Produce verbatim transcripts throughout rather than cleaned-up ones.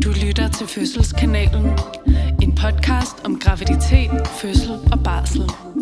Du lytter til Fødselskanalen. En podcast om graviditet, fødsel og barsel.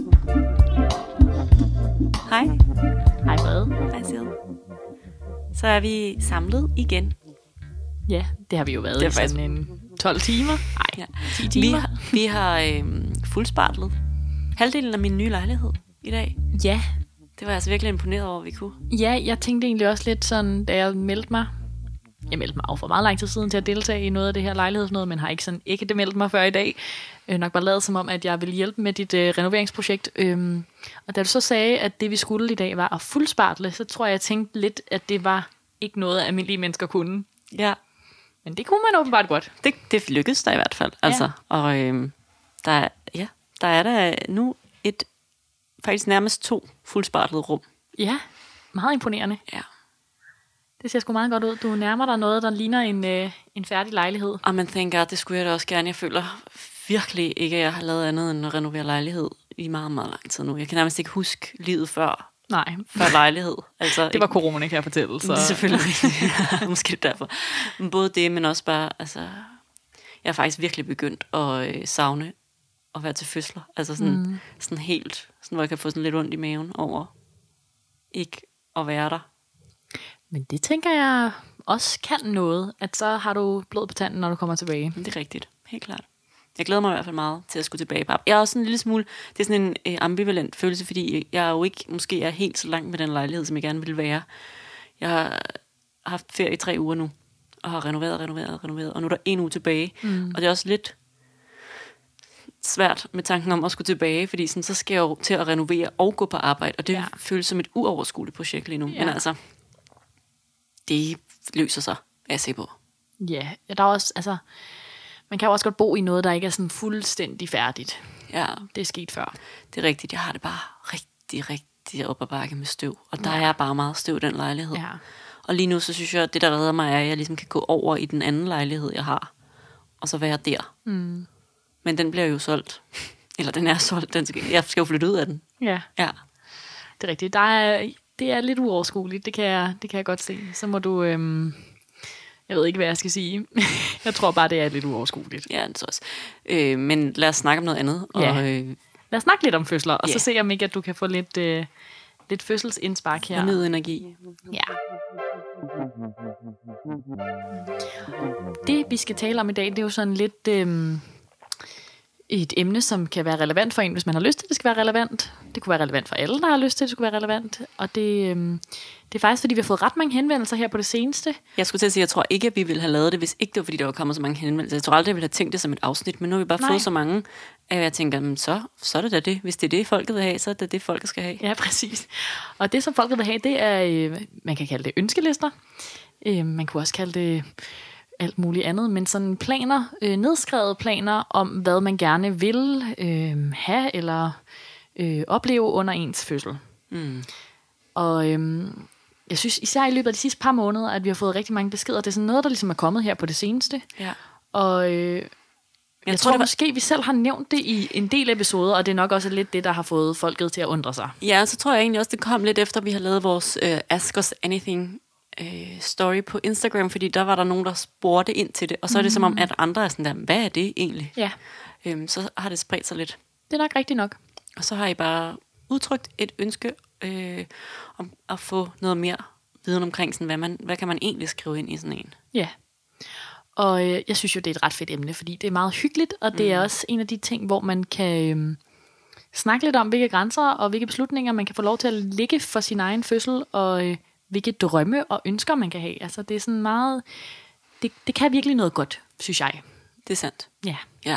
Hej. Hej Frede. Hej Sid. Så er vi samlet igen. Ja, det har vi jo været Det er i faktisk- sådan en tolv timer. Nej, Ja. ti Vi timer. har, vi har øhm, fuldspartlet halvdelen af min nye lejlighed i dag. Ja. Det var jeg altså virkelig imponeret over, at vi kunne. ja, jeg tænkte egentlig også lidt sådan, da jeg meldte mig. Jeg meldte mig af for meget lang tid siden til at deltage i noget af det her lejlighedsnød, men har ikke sådan ikke det meldt mig før i dag. Øh, nok bare lavet som om, at jeg ville hjælpe med dit øh, renoveringsprojekt. Øhm, og da du så sagde, at det vi skulle i dag var at fuldspartle, så tror jeg, jeg tænkte lidt, at det var ikke noget, almindelige mennesker kunne. Ja, Men det kunne man åbenbart godt. det, det lykkedes der i hvert fald. Altså, og øhm, der, er- ja, der er der nu et, faktisk nærmest to fuldspartlede rum. Ja, meget imponerende. Ja. Det ser sgu meget godt ud. Du nærmer dig noget, der ligner en, øh, en færdig lejlighed. Og man tænker, at det skulle jeg da også gerne. Jeg føler virkelig ikke, at jeg har lavet andet end at renovere lejlighed i meget, meget lang tid nu. Jeg kan nærmest ikke huske livet før, Nej, før lejlighed. Altså, det var corona, kan jeg fortælle. Så. Det er selvfølgelig rigtigt. Måske derfor. Men både det, men også bare, altså, jeg har faktisk virkelig begyndt at øh, savne at være til fødsler. Altså sådan, mm. sådan helt, sådan, hvor jeg kan få sådan lidt ondt i maven over ikke at være der. Men det tænker jeg også kan noget, at så har du blod på tanden, når du kommer tilbage. Men det er rigtigt, helt klart. Jeg glæder mig i hvert fald meget til at skulle tilbage på arbejde. Jeg er også sådan en lille smule, det er sådan en øh, ambivalent følelse, fordi jeg er jo ikke, måske er helt så langt med den lejlighed, som jeg gerne ville være. Jeg har haft ferie i tre uger nu, og har renoveret, renoveret, renoveret, og nu er der en uge tilbage. Mm. Og det er også lidt svært med tanken om at skulle tilbage, fordi sådan, så skal jeg jo til at renovere og gå på arbejde, og det Ja. føles som et uoverskueligt projekt lige nu. Ja. Men altså, det løser sig, er jeg sikker på. Ja, der er også, altså, man kan jo også godt bo i noget, der ikke er sådan fuldstændig færdigt. Ja, Det er sket før. det er rigtigt. Jeg har det bare rigtig, rigtig op ad bakke med støv. Og der ja. er bare meget støv i den lejlighed. Ja. Og lige nu, så synes jeg, at det, der redder mig, er, at jeg ligesom kan gå over i den anden lejlighed, jeg har. Og så være der. Mm. Men den bliver jo solgt. Eller den er solgt. Den skal, jeg skal jo flytte ud af den. Ja, Ja. det er rigtigt. Der er, det er lidt uoverskueligt, det kan jeg, det kan jeg godt se. Så må du, øhm, jeg ved ikke, hvad jeg skal sige. Jeg tror bare, det er lidt uoverskueligt. Ja, det tror jeg også. Øh, men lad os snakke om noget andet. Og, Ja. øh, Lad os snakke lidt om fødsler, og Ja. så se om ikke, at du kan få lidt, øh, lidt fødselsindspark her. fornyet energi. Ja. Det, vi skal tale om i dag, det er jo sådan lidt øhm, et emne, som kan være relevant for en, hvis man har lyst til, at det skal være relevant. Det kunne være relevant for alle, der har lyst til, at det skulle være relevant. Og det, øhm, det er faktisk, fordi vi har fået ret mange henvendelser her på det seneste. Jeg skulle til at sige, at jeg tror ikke, at vi ville have lavet det, hvis ikke det var, fordi der var kommet så mange henvendelser. Jeg tror aldrig, jeg ville have tænkt det som et afsnit, men nu har vi bare Nej. fået så mange, at jeg tænker, men så, så er det da det. Hvis det er det, folket vil have, så er det det, folket skal have. Ja, præcis. Og det, som folk vil have, det er, øh, man kan kalde det ønskelister. Øh, man kunne også kalde det alt muligt andet, men sådan planer, øh, nedskrevet planer om, hvad man gerne vil øh, have eller øh, opleve under ens fødsel. Mm. Og øh, jeg synes især i løbet af de sidste par måneder, at vi har fået rigtig mange beskeder. Det er sådan noget, der ligesom er kommet her på det seneste. Ja. Og øh, jeg, jeg tror, det var- måske, vi selv har nævnt det i en del episoder, og det er nok også lidt det, der har fået folket til at undre sig. Ja, så tror jeg egentlig også, det kom lidt efter, vi har lavet vores øh, Ask Us Anything øh, story på Instagram, fordi der var der nogen, der spurgte ind til det, og så er det som om, at andre er sådan der, hvad er det egentlig? Ja, Øhm, så har det spredt sig lidt. det er nok rigtigt nok. Og så har I bare udtrykt et ønske øh, om at få noget mere viden omkring, sådan, hvad, man, hvad kan man egentlig skrive ind i sådan en? Ja. Og øh, jeg synes jo, det er et ret fedt emne, fordi det er meget hyggeligt, og det er også en af de ting, hvor man kan øh, snakke lidt om, hvilke grænser og hvilke beslutninger man kan få lov til at ligge for sin egen fødsel, og øh, hvilke drømme og ønsker man kan have. Altså det er sådan meget, det, det kan virkelig noget godt, synes jeg. Det er sandt. Ja. Ja.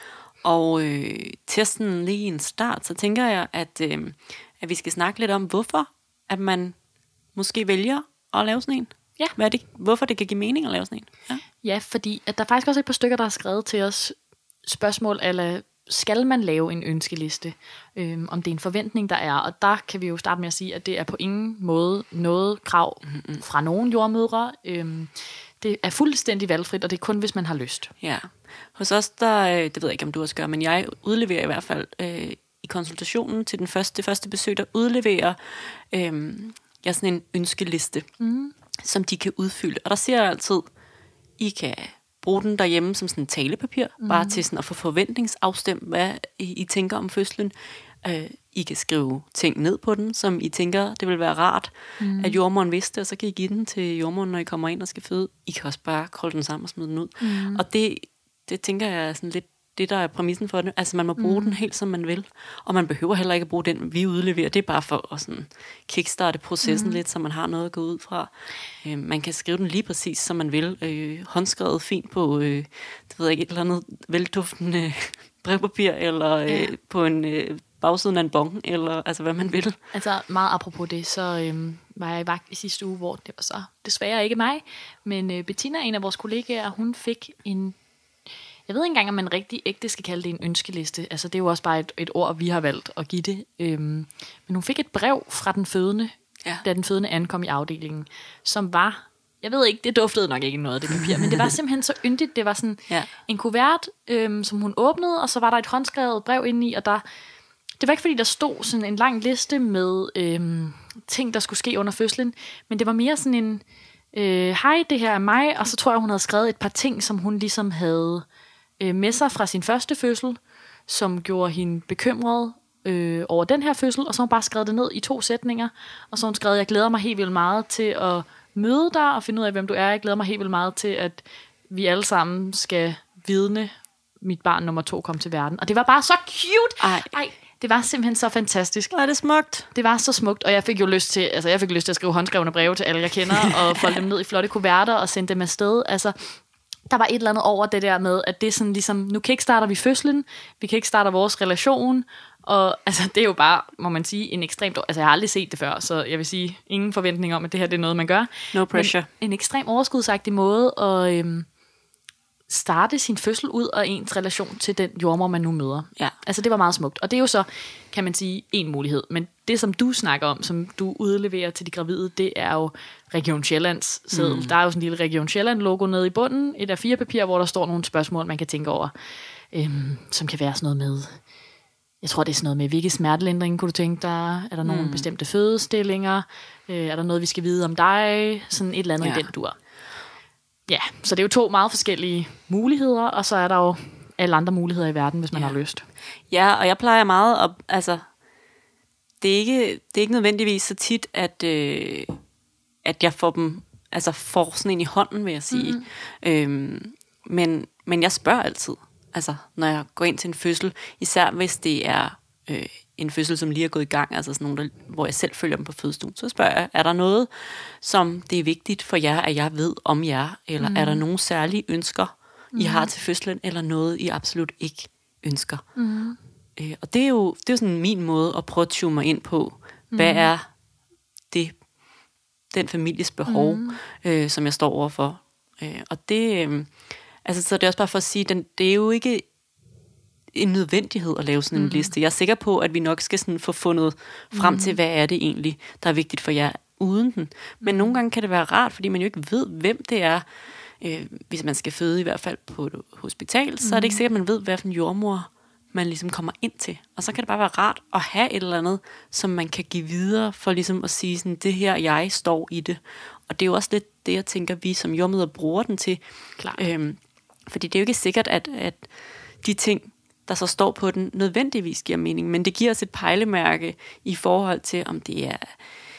Og øh, til sådan lige en start, så tænker jeg, at, øh, at vi skal snakke lidt om, hvorfor at man måske vælger at lave sådan en. Ja. Hvad er det, hvorfor det kan give mening at lave sådan en. Ja. Ja, fordi at der er faktisk også et par stykker, der har skrevet til os spørgsmål, eller skal man lave en ønskeliste, øhm, om det er en forventning, der er. Og der kan vi jo starte med at sige, at det er på ingen måde noget krav mm-hmm. fra nogen jordmødre. Øhm, det er fuldstændig valgfrit, og det er kun, hvis man har lyst. Ja. Hos os, der, øh, det ved jeg ikke, om du også gør, men jeg udleverer i hvert fald øh, i konsultationen til den første, det første besøg, der udleverer øh, jeg sådan en ønskeliste, mm. som de kan udfylde. Og der siger jeg altid, I kan bruge den derhjemme som sådan en talepapir, mm. bare til sådan at få forventningsafstemt, hvad I, I tænker om fødslen. Øh, I kan skrive ting ned på den, som I tænker, det vil være rart, mm. at jordmoren vidste, og så kan I give den til jordmoren, når I kommer ind og skal føde. I kan også bare krølle den sammen og smide den ud. Mm. Og det, det tænker jeg er sådan lidt det, der er præmissen for det. Altså, man må bruge mm. den helt, som man vil. Og man behøver heller ikke at bruge den, vi udleverer. Det er bare for at sådan kickstarte processen mm. lidt, så man har noget at gå ud fra. Øh, man kan skrive den lige præcis, som man vil. Øh, håndskrevet fint på, øh, det ved jeg ikke, et eller andet velduftende brevpapir, eller øh, ja. på en øh, bagsiden af en bon, eller altså, hvad man vil. Altså, meget apropos det, så øh, var jeg i vagt i sidste uge, hvor det var så desværre ikke mig, men øh, Bettina, en af vores kollegaer, hun fik en jeg ved ikke engang, om man rigtig ægte skal kalde det en ønskeliste. Altså, det er jo også bare et, et ord, vi har valgt at give det. Øhm, men hun fik et brev fra den fødende, ja. da den fødende ankom i afdelingen, som var, jeg ved ikke, det duftede nok ikke noget af det papir, men det var simpelthen så yndigt. Det var sådan ja. en kuvert, øhm, som hun åbnede, og så var der et håndskrevet brev indeni, og der, det var ikke fordi, der stod sådan en lang liste med øhm, ting, der skulle ske under fødslen, men det var mere sådan en, øh, hej, det her er mig, og så tror jeg, hun havde skrevet et par ting, som hun ligesom havde med sig fra sin første fødsel, som gjorde hende bekymret øh, over den her fødsel, og så har hun bare skrevet det ned i to sætninger, og så har hun skrevet, jeg glæder mig helt vildt meget til at møde dig, og finde ud af, hvem du er. Jeg glæder mig helt vildt meget til, at vi alle sammen skal vidne, mit barn nummer to kom til verden. Og det var bare så cute! Ej. Ej, det var simpelthen så fantastisk. Var det smukt? Det var så smukt, og jeg fik jo lyst til, altså jeg fik lyst til at skrive håndskrevne breve til alle, jeg kender, og folde dem ned i flotte kuverter, og sende dem afsted. Altså, der var et eller andet over det der med, at det er sådan ligesom, nu kickstarter vi fødslen, vi kickstarter vores relation, og altså, det er jo bare, må man sige, en ekstremt, altså jeg har aldrig set det før, så jeg vil sige, ingen forventning om, at det her det er noget, man gør. No pressure. Men en ekstrem overskudsagtig måde at øhm, starte sin fødsel ud og ens relation til den jordmor, man nu møder. Ja. Altså det var meget smukt, og det er jo så, kan man sige, en mulighed, men det, som du snakker om, som du udleverer til de gravide, det er jo Region Sjællands seddel. Mm. Der er jo sådan en lille Region Sjælland-logo nede i bunden, et af fire papir, hvor der står nogle spørgsmål, man kan tænke over, øhm, som kan være sådan noget med, jeg tror, det er sådan noget med, hvilke smertelindring kunne du tænke dig? Er der nogle mm. bestemte fødestillinger? Øh, er der noget, vi skal vide om dig? Sådan et eller andet ja. i den dur. Ja, så det er jo to meget forskellige muligheder, og så er der jo alle andre muligheder i verden, hvis man ja. har lyst. Ja, og jeg plejer meget at, altså, det er ikke, det er ikke nødvendigvis så tit, at, øh, at jeg får dem, altså får sådan en i hånden, vil jeg sige. Mm-hmm. Øhm, men, men jeg spørger altid, altså, når jeg går ind til en fødsel, især hvis det er øh, en fødsel, som lige er gået i gang, altså sådan nogle, der, hvor jeg selv følger dem på fødestuen, så spørger jeg, er der noget, som det er vigtigt for jer, at jeg ved om jer, eller mm. er der nogle særlige ønsker, I mm. har til fødslen, eller noget, I absolut ikke ønsker? Mm. Øh, og det er jo det er jo sådan min måde at prøve at tune mig ind på, hvad mm. er det, den families behov, mm. øh, som jeg står overfor. Øh, og det, øh, altså så det er også bare for at sige, den, det er jo ikke en nødvendighed at lave sådan en mm. liste. Jeg er sikker på, at vi nok skal sådan få fundet frem mm. til, hvad er det egentlig, der er vigtigt for jer uden den. Men mm. nogle gange kan det være rart, fordi man jo ikke ved, hvem det er. Øh, hvis man skal føde i hvert fald på et hospital, mm. så er det ikke sikkert, at man ved, hvad for en jordmor man ligesom kommer ind til. Og så kan det bare være rart at have et eller andet, som man kan give videre, for ligesom at sige sådan, det her, jeg står i det. Og det er jo også lidt det, jeg tænker, vi som jordmødre bruger den til. Øhm, fordi det er jo ikke sikkert, at, at de ting, der så står på den, nødvendigvis giver mening, men det giver os et pejlemærke i forhold til, om det er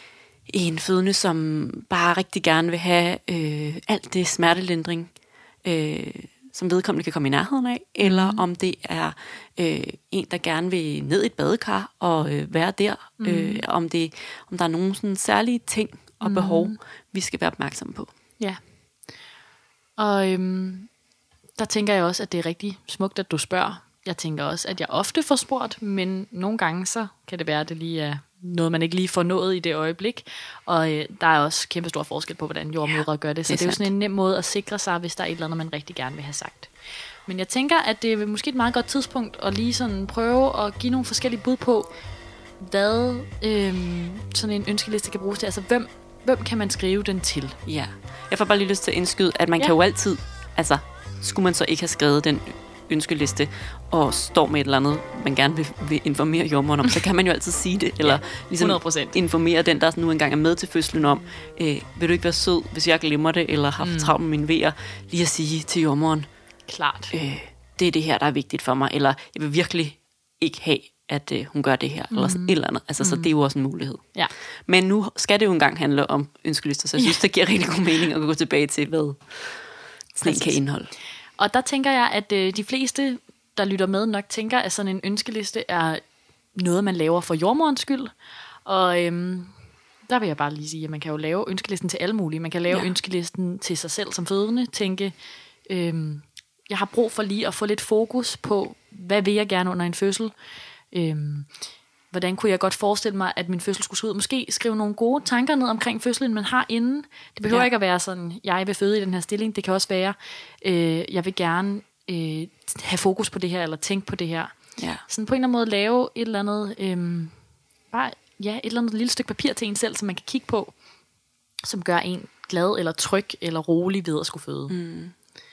en fødende, som bare rigtig gerne vil have øh, alt det smertelindring, øh, som vedkommende kan komme i nærheden af, eller mm. om det er øh, en, der gerne vil ned i et badekar og øh, være der, mm. øh, om, det, om der er nogle sådan særlige ting og behov, mm. vi skal være opmærksomme på. Ja, og øhm, der tænker jeg også, at det er rigtig smukt, at du spørger. Jeg tænker også, at jeg ofte får spurgt, men nogle gange så kan det være, at det lige er noget, man ikke lige får nået i det øjeblik. Og øh, der er også kæmpe stor forskel på, hvordan jordmødre ja, gør det. Så det er, det er jo sådan en nem måde at sikre sig, hvis der er et eller andet, man rigtig gerne vil have sagt. Men jeg tænker, at det er måske et meget godt tidspunkt at lige sådan prøve at give nogle forskellige bud på, hvad øh, sådan en ønskeliste kan bruges til. Altså, hvem, hvem kan man skrive den til? Ja, jeg får bare lige lyst til at indskyde, at man ja. kan jo altid, altså, skulle man så ikke have skrevet den ønskeliste, og står med et eller andet, man gerne vil, vil informere jordemoderen om, så kan man jo altid sige det, eller ligesom hundrede procent informere den, der nu engang er med til fødslen om, øh, vil du ikke være sød, hvis jeg glemmer det, eller har mm. travlt med mine vejer, lige at sige til jordemoderen, klart. Øh, det er det her, der er vigtigt for mig, eller jeg vil virkelig ikke have, at øh, hun gør det her, mm. eller sådan et eller andet. Altså, mm. så det er jo også en mulighed. Ja. Men nu skal det jo engang handle om ønskelister, så jeg synes, ja. det giver rigtig god mening at gå tilbage til, hvad sådan en kan indeholde. Og der tænker jeg, at øh, de fleste, der lytter med, nok tænker, at sådan en ønskeliste er noget, man laver for jordemorens skyld. Og øhm, der vil jeg bare lige sige, at man kan jo lave ønskelisten til alle mulige. Man kan lave ja. ønskelisten til sig selv som fødende, tænke, øhm, jeg har brug for lige at få lidt fokus på, hvad vil jeg gerne under en fødsel? Øhm, hvordan kunne jeg godt forestille mig, at min fødsel skulle se ud? Måske skrive nogle gode tanker ned omkring fødslen, man har inden. Det behøver ja. ikke at være sådan, jeg vil føde i den her stilling. Det kan også være, øh, jeg vil gerne øh, have fokus på det her, eller tænke på det her. Ja. Sådan på en eller anden måde lave et eller andet, øh, bare ja, et eller andet lille stykke papir til en selv, som man kan kigge på, som gør en glad, eller tryg, eller rolig ved at skulle føde. Mm.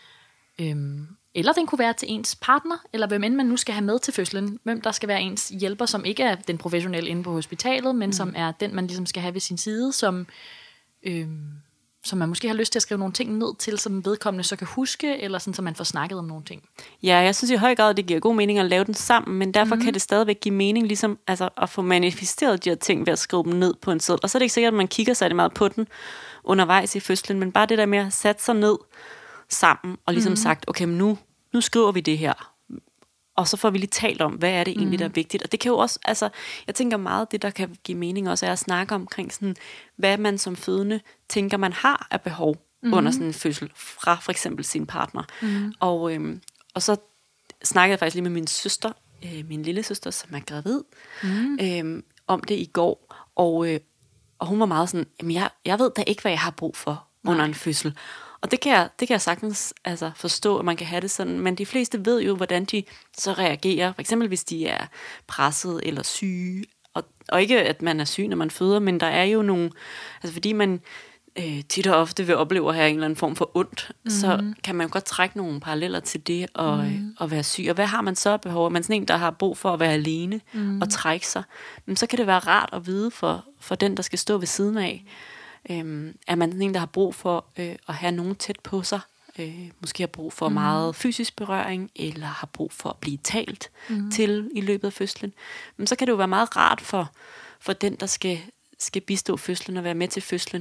Øhm, eller den kunne være til ens partner, eller hvem end man nu skal have med til fødslen. Hvem der skal være ens hjælper, som ikke er den professionelle inde på hospitalet, men mm. som er den, man ligesom skal have ved sin side, som, øhm, som man måske har lyst til at skrive nogle ting ned til, som vedkommende så kan huske, eller sådan, så man får snakket om nogle ting. Ja, jeg synes i høj grad, det giver god mening at lave den sammen, men derfor mm. kan det stadigvæk give mening ligesom, altså, at få manifesteret de her ting ved at skrive dem ned på en seddel. Og så er det ikke sikkert, at man kigger sig meget på den undervejs i fødslen, men bare det der med at sætte sig ned sammen, og ligesom mm. sagt, okay, men nu, nu skriver vi det her, og så får vi lige talt om, hvad er det egentlig, der er vigtigt. Og det kan jo også, altså, jeg tænker meget, det der kan give mening også, er at snakke omkring sådan, hvad man som fødende tænker, man har af behov mm. under sådan en fødsel, fra for eksempel sin partner. Mm. Og, øhm, og så snakkede jeg faktisk lige med min søster, øh, min lille søster, som er gravid, mm. øhm, om det i går, og, øh, og hun var meget sådan, jamen jeg, jeg ved da ikke, hvad jeg har brug for Nej. under en fødsel. Og det kan jeg, det kan jeg sagtens altså, forstå, at man kan have det sådan, men de fleste ved jo, hvordan de så reagerer. For eksempel, hvis de er presset eller syge. Og, og ikke, at man er syg, når man føder, men der er jo nogle... Altså, fordi man øh, tit og ofte vil opleve at have en eller anden form for ondt, mm. så kan man jo godt trække nogle paralleller til det og, mm. at være syg. Og hvad har man så behov? Er man sådan en, der har brug for at være alene mm. og trække sig? Men så kan det være rart at vide for, for den, der skal stå ved siden af. Øhm, er man en, der har brug for øh, at have nogen tæt på sig, øh, måske har brug for mm. meget fysisk berøring, eller har brug for at blive talt mm. til i løbet af fødslen, men så kan det jo være meget rart for, for den, der skal, skal bistå fødslen og være med til fødslen,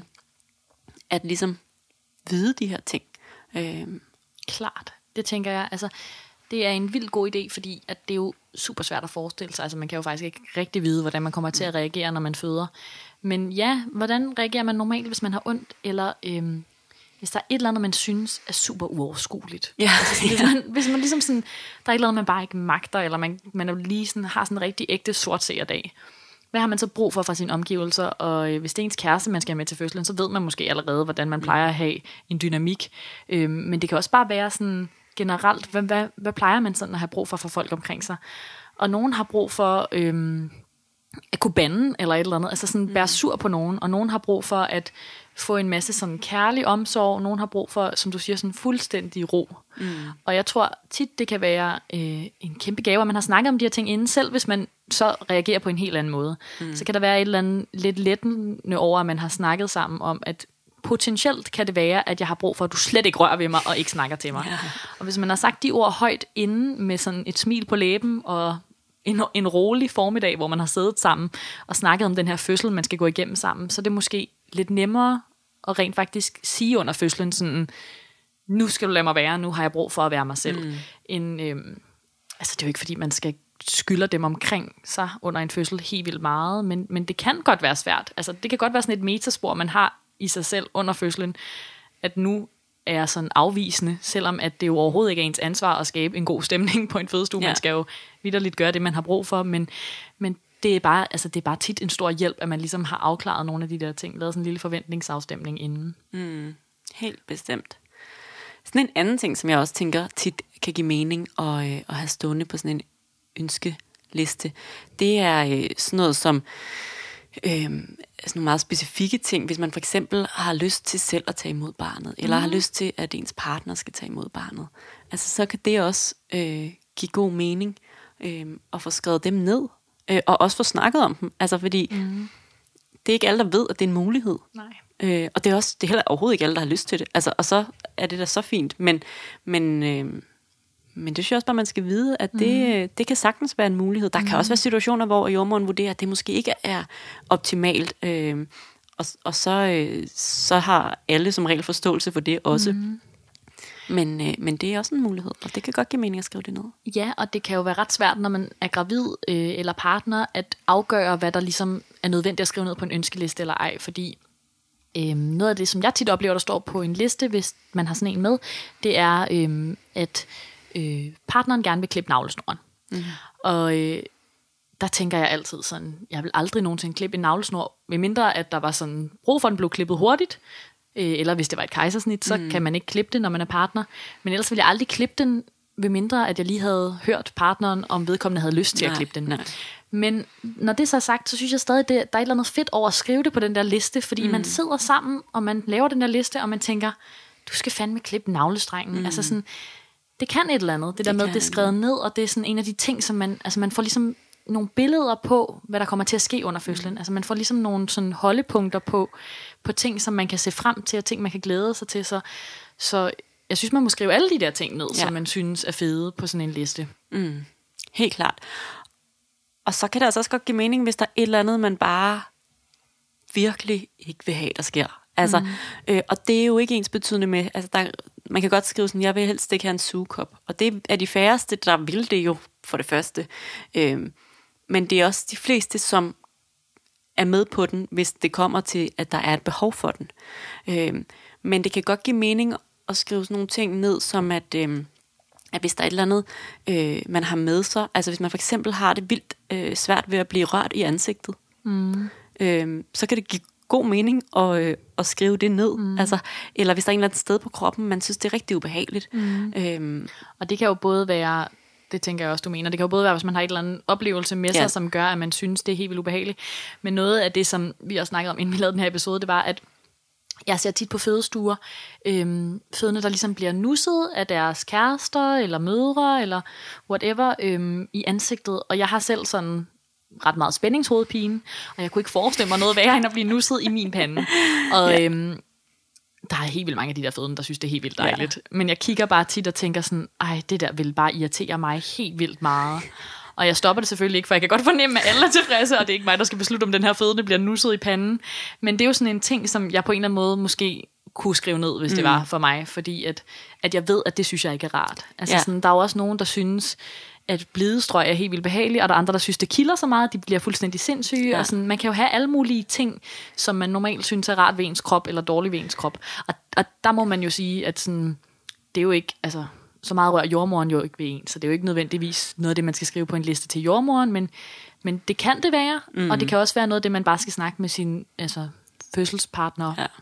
at ligesom vide de her ting. Øhm. Klart, det tænker jeg. Altså, det er en vild god idé, fordi at det er jo super svært at forestille sig. Altså, man kan jo faktisk ikke rigtig vide, hvordan man kommer til at reagere, når man føder. Men ja, hvordan reagerer man normalt, hvis man har ondt, eller øhm, hvis der er et eller andet, man synes er super uoverskueligt. Ja, altså, sådan, ja. Hvis, man, hvis man ligesom sådan, der er et eller andet, man bare ikke magter, eller man, man er lige sådan, har sådan en rigtig ægte sortseerdag. Hvad har man så brug for fra sine omgivelser? Og øh, hvis det er ens kæreste, man skal have med til fødslen, så ved man måske allerede, hvordan man plejer at have en dynamik. Øhm, men det kan også bare være sådan generelt, hvad, hvad, hvad plejer man sådan at have brug for for folk omkring sig? Og nogen har brug for... Øhm, at kunne bande eller et eller andet, altså sådan være sur på nogen, og nogen har brug for at få en masse sådan kærlig omsorg, nogen har brug for, som du siger, sådan fuldstændig ro. Mm. Og jeg tror tit, det kan være øh, en kæmpe gave, at man har snakket om de her ting inden selv, hvis man så reagerer på en helt anden måde. Mm. Så kan der være et eller andet lidt lettende over, at man har snakket sammen om, at potentielt kan det være, at jeg har brug for, at du slet ikke rører ved mig og ikke snakker til mig. Ja. Og hvis man har sagt de ord højt inden med sådan et smil på læben og En, en rolig formiddag, hvor man har siddet sammen og snakket om den her fødsel, man skal gå igennem sammen, så det er måske lidt nemmere at rent faktisk sige under fødslen sådan, nu skal du lade mig være, nu har jeg brug for at være mig selv. Mm. En, øhm, altså det er jo ikke fordi, man skal skylder dem omkring sig under en fødsel helt vildt meget, men, men det kan godt være svært. Altså det kan godt være sådan et metaspor, man har i sig selv under fødslen, at nu er sådan afvisende, selvom at det jo overhovedet ikke er ens ansvar at skabe en god stemning på en fødestue. Ja. Man skal jo vitterligt gøre det, man har brug for, men, men det, er bare, altså det er bare tit en stor hjælp, at man ligesom har afklaret nogle af de der ting, lavet sådan en lille forventningsafstemning inden. Mm, helt bestemt. Sådan en anden ting, som jeg også tænker tit kan give mening at, øh, at have stående på sådan en ønskeliste, det er øh, sådan noget som øh, sådan nogle meget specifikke ting. Hvis man for eksempel har lyst til selv at tage imod barnet, eller mm. har lyst til, at ens partner skal tage imod barnet, altså så kan det også øh, give god mening øh, at få skrevet dem ned, øh, og også få snakket om dem. Altså fordi mm. det er ikke alle, der ved, at det er en mulighed. Nej. Øh, og det er også det er heller overhovedet ikke alle, der har lyst til det. Altså, og så er det da så fint. Men, men, øh, men det synes jeg også bare, man skal vide, at det, mm. det kan sagtens være en mulighed. Der mm. kan også være situationer, hvor jordemoderen vurderer, at det måske ikke er optimalt. Øh, og og så, øh, så har alle som regel forståelse for det også. Mm. Men, øh, men det er også en mulighed, og det kan godt give mening at skrive det ned. Ja, og det kan jo være ret svært, når man er gravid øh, eller partner, at afgøre, hvad der ligesom er nødvendigt at skrive ned på en ønskeliste eller ej, fordi øh, noget af det, som jeg tit oplever, der står på en liste, hvis man har sådan en med, det er, øh, at øh, partneren gerne vil klippe navlesnoren. Mm. Og øh, der tænker jeg altid sådan, jeg vil aldrig nogensinde klippe en navlesnor, medmindre at der var sådan brug for, at den blev klippet hurtigt, eller hvis det var et kejsersnit, så mm. kan man ikke klippe det, når man er partner. Men ellers ville jeg aldrig klippe den, ved mindre at jeg lige havde hørt partneren, om vedkommende havde lyst til nej, at klippe den. Nej. Men når det så er sagt, så synes jeg stadig, det, der er et eller andet fedt over at skrive det på den der liste, fordi mm. man sidder sammen, og man laver den der liste, og man tænker, du skal fandme klippe navlestrengen. Mm. Altså sådan, det kan et eller andet, det, det der med, at det er skrevet ned, og det er sådan en af de ting, som man, altså man får ligesom nogle billeder på, hvad der kommer til at ske under fødslen. Mm. Altså man får ligesom nogle sådan holdepunkter på, på ting, som man kan se frem til, og ting, man kan glæde sig til. Så, så jeg synes, man må skrive alle de der ting ned, ja. Som man synes er fede på sådan en liste. Mm. Helt klart. Og så kan det altså også godt give mening, hvis der er et eller andet, man bare virkelig ikke vil have, der sker. Altså, mm. øh, og det er jo ikke ens betydende med, altså der, man kan godt skrive sådan, jeg vil helst ikke have en sugekop. Og det er de færreste, der vil det jo, for det første. Øh, men det er også de fleste, som er med på den, hvis det kommer til, at der er et behov for den. Øh, men det kan godt give mening at skrive sådan nogle ting ned, som at, øh, at hvis der er et eller andet, øh, man har med sig, altså hvis man for eksempel har det vildt øh, svært ved at blive rørt i ansigtet, mm. øh, så kan det give god mening at, øh, at skrive det ned. Mm. Altså, eller hvis der er en eller anden sted på kroppen, man synes, det er rigtig ubehageligt. Mm. Øh, og det kan jo både være, det tænker jeg også, du mener, det kan jo både være, hvis man har et eller andet oplevelse med sig, ja. Som gør, at man synes, det er helt vildt ubehageligt. Men noget af det, som vi også snakkede om, inden vi lavede den her episode, det var, at jeg ser tit på fødestuer, øhm, fødende, der ligesom bliver nusset af deres kærester, eller mødre, eller whatever, øhm, i ansigtet. Og jeg har selv sådan ret meget spændingshovedpine, og jeg kunne ikke forestille mig noget værre, end at blive nusset i min pande. Og ja. øhm, der er helt vildt mange af de der fødende, der synes, det er helt vildt dejligt. Ja. Men jeg kigger bare tit og tænker sådan, ej, det der vil bare irritere mig helt vildt meget. Og jeg stopper det selvfølgelig ikke, for jeg kan godt fornemme, at alle er tilfredse, og det er ikke mig, der skal beslutte, om den her fødende bliver nusset i panden. Men det er jo sådan en ting, som jeg på en eller anden måde måske kunne skrive ned, hvis mm. det var for mig, fordi at, at jeg ved, at det synes jeg ikke er rart. Altså ja. Sådan, der er jo også nogen, der synes, at blidestrøg er helt vildt behageligt, og der er andre, der synes, det kilder så meget, at de bliver fuldstændig sindssyge. Ja. Og sådan, man kan jo have alle mulige ting, som man normalt synes er rart ved ens krop, eller dårligt ved ens krop. Og, og der må man jo sige, at sådan, det er jo ikke, altså, så meget rører jordmoren jo ikke ved en, så det er jo ikke nødvendigvis noget af det, man skal skrive på en liste til jordmoren, men, men det kan det være, mm. og det kan også være noget af det, man bare skal snakke med sin altså, fødselspartner ja.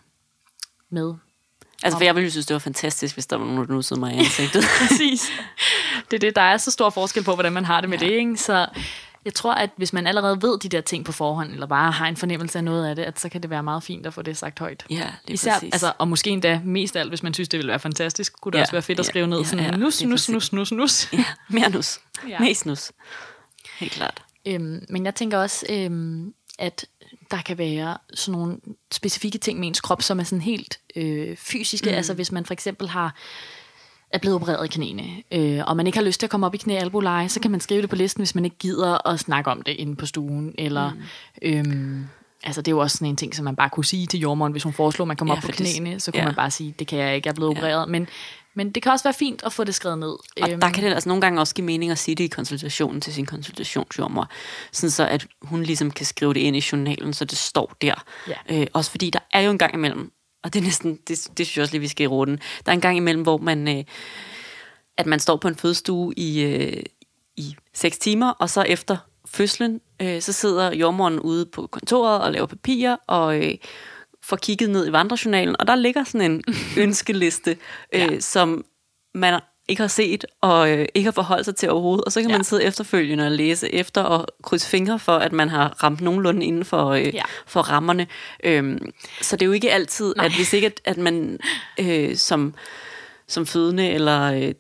Med. Altså, for jeg ville synes, det var fantastisk, hvis der var nogen, der nussede mig i ansigtet. Præcis. Det er det, der er så stor forskel på, hvordan man har det med ja. Det, ikke? Så jeg tror, at hvis man allerede ved de der ting på forhånd, eller bare har en fornemmelse af noget af det, at så kan det være meget fint at få det sagt højt. Ja, det Især, altså, og måske endda mest af alt, hvis man synes, det ville være fantastisk, kunne det ja, også være fedt at skrive ned ja, sådan, ja, nus, nus, nus, nus, nus. Ja, mere nus. Ja. Mest nus. Helt klart. Øhm, men jeg tænker også, øhm, at der kan være sådan nogle specifikke ting med ens krop, som er sådan helt øh, fysiske. Mm. Altså hvis man for eksempel har er blevet opereret i knæene, øh, og man ikke har lyst til at komme op i knæ-albuleje, så kan man skrive det på listen, hvis man ikke gider at snakke om det inde på stuen. Eller, mm. øhm, altså det er jo også sådan en ting, som man bare kunne sige til jordmoren, hvis hun foreslår, at man kommer ja, op på knæene, så kunne ja. Man bare sige, det kan jeg ikke, jeg er blevet ja. Opereret. Men, men det kan også være fint at få det skrevet ned. Og øhm. der kan det altså nogle gange også give mening at sige det i konsultationen til sin konsultationsjordmor, sådan så at hun ligesom kan skrive det ind i journalen, så det står der. Ja. Øh, også fordi der er jo en gang imellem, og det er næsten, det, det synes jeg også lige, vi skal i ruten. Der er en gang imellem, hvor man, øh, at man står på en fødestue i, øh, i seks timer, og så efter fødslen, øh, så sidder jordmoren ude på kontoret og laver papirer, og øh, får kigget ned i vandrejournalen, og der ligger sådan en ønskeliste, øh, ja. Som man ikke har set og øh, ikke har forholdt sig til overhovedet. Og så kan ja. man sidde efterfølgende og læse efter og krydse fingre for, at man har ramt nogenlunde inden for, øh, ja. for rammerne. Øhm, så det er jo ikke altid, Nej. at hvis ikke at, at man øh, som, som fødende eller øh,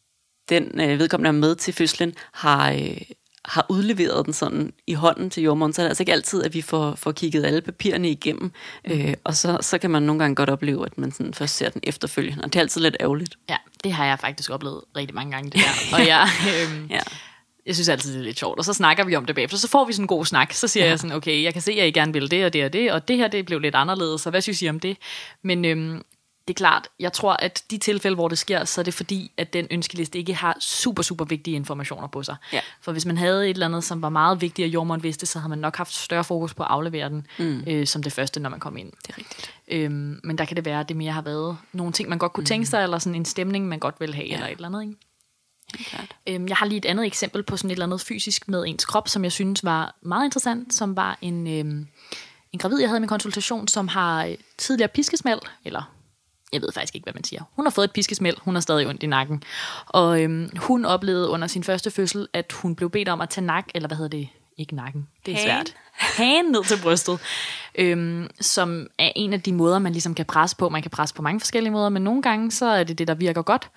den øh, vedkommende er med til fødslen har... Øh, har udleveret den sådan i hånden til jordemoderen, så er det altså ikke altid, at vi får, får kigget alle papirerne igennem, mm. øh, og så, så kan man nogle gange godt opleve, at man sådan først ser den efterfølgende, og det er altid lidt ærgerligt. Ja, det har jeg faktisk oplevet rigtig mange gange, det der. Og jeg, øhm, ja. jeg synes altid, det er lidt sjovt, og så snakker vi om det bagefter, så får vi sådan en god snak, så siger ja. jeg sådan, okay, jeg kan se, at I gerne vil det og det og det, og det her, det blev lidt anderledes, så hvad synes I om det? Men øhm, det er klart, jeg tror, at de tilfælde, hvor det sker, så er det fordi, at den ønskeliste ikke har super, super vigtige informationer på sig. Ja. For hvis man havde et eller andet, som var meget vigtigt, at jordemoderen vidste, så havde man nok haft større fokus på at aflevere den, mm. øh, som det første, når man kom ind. Det er rigtigt. Øhm, men der kan det være, at det mere har været nogle ting, man godt kunne mm. tænke sig, eller sådan en stemning, man godt vil have, ja. eller et eller andet, ikke? Klart. Øhm, jeg har lige et andet eksempel på sådan et eller andet fysisk med ens krop, som jeg synes var meget interessant, som var en, øhm, en gravid, jeg havde i min konsultation, som har tidligere piskesmæld, eller jeg ved faktisk ikke, hvad man siger. Hun har fået et piskesmæld, hun har stadig ondt i nakken. Og øhm, hun oplevede under sin første fødsel, at hun blev bedt om at tage nak, eller hvad hedder det? Ikke nakken, det er Hagen. svært. Hagen ned til brystet. Øhm, som er en af de måder, man ligesom kan presse på. Man kan presse på mange forskellige måder, men nogle gange, så er det det, der virker godt.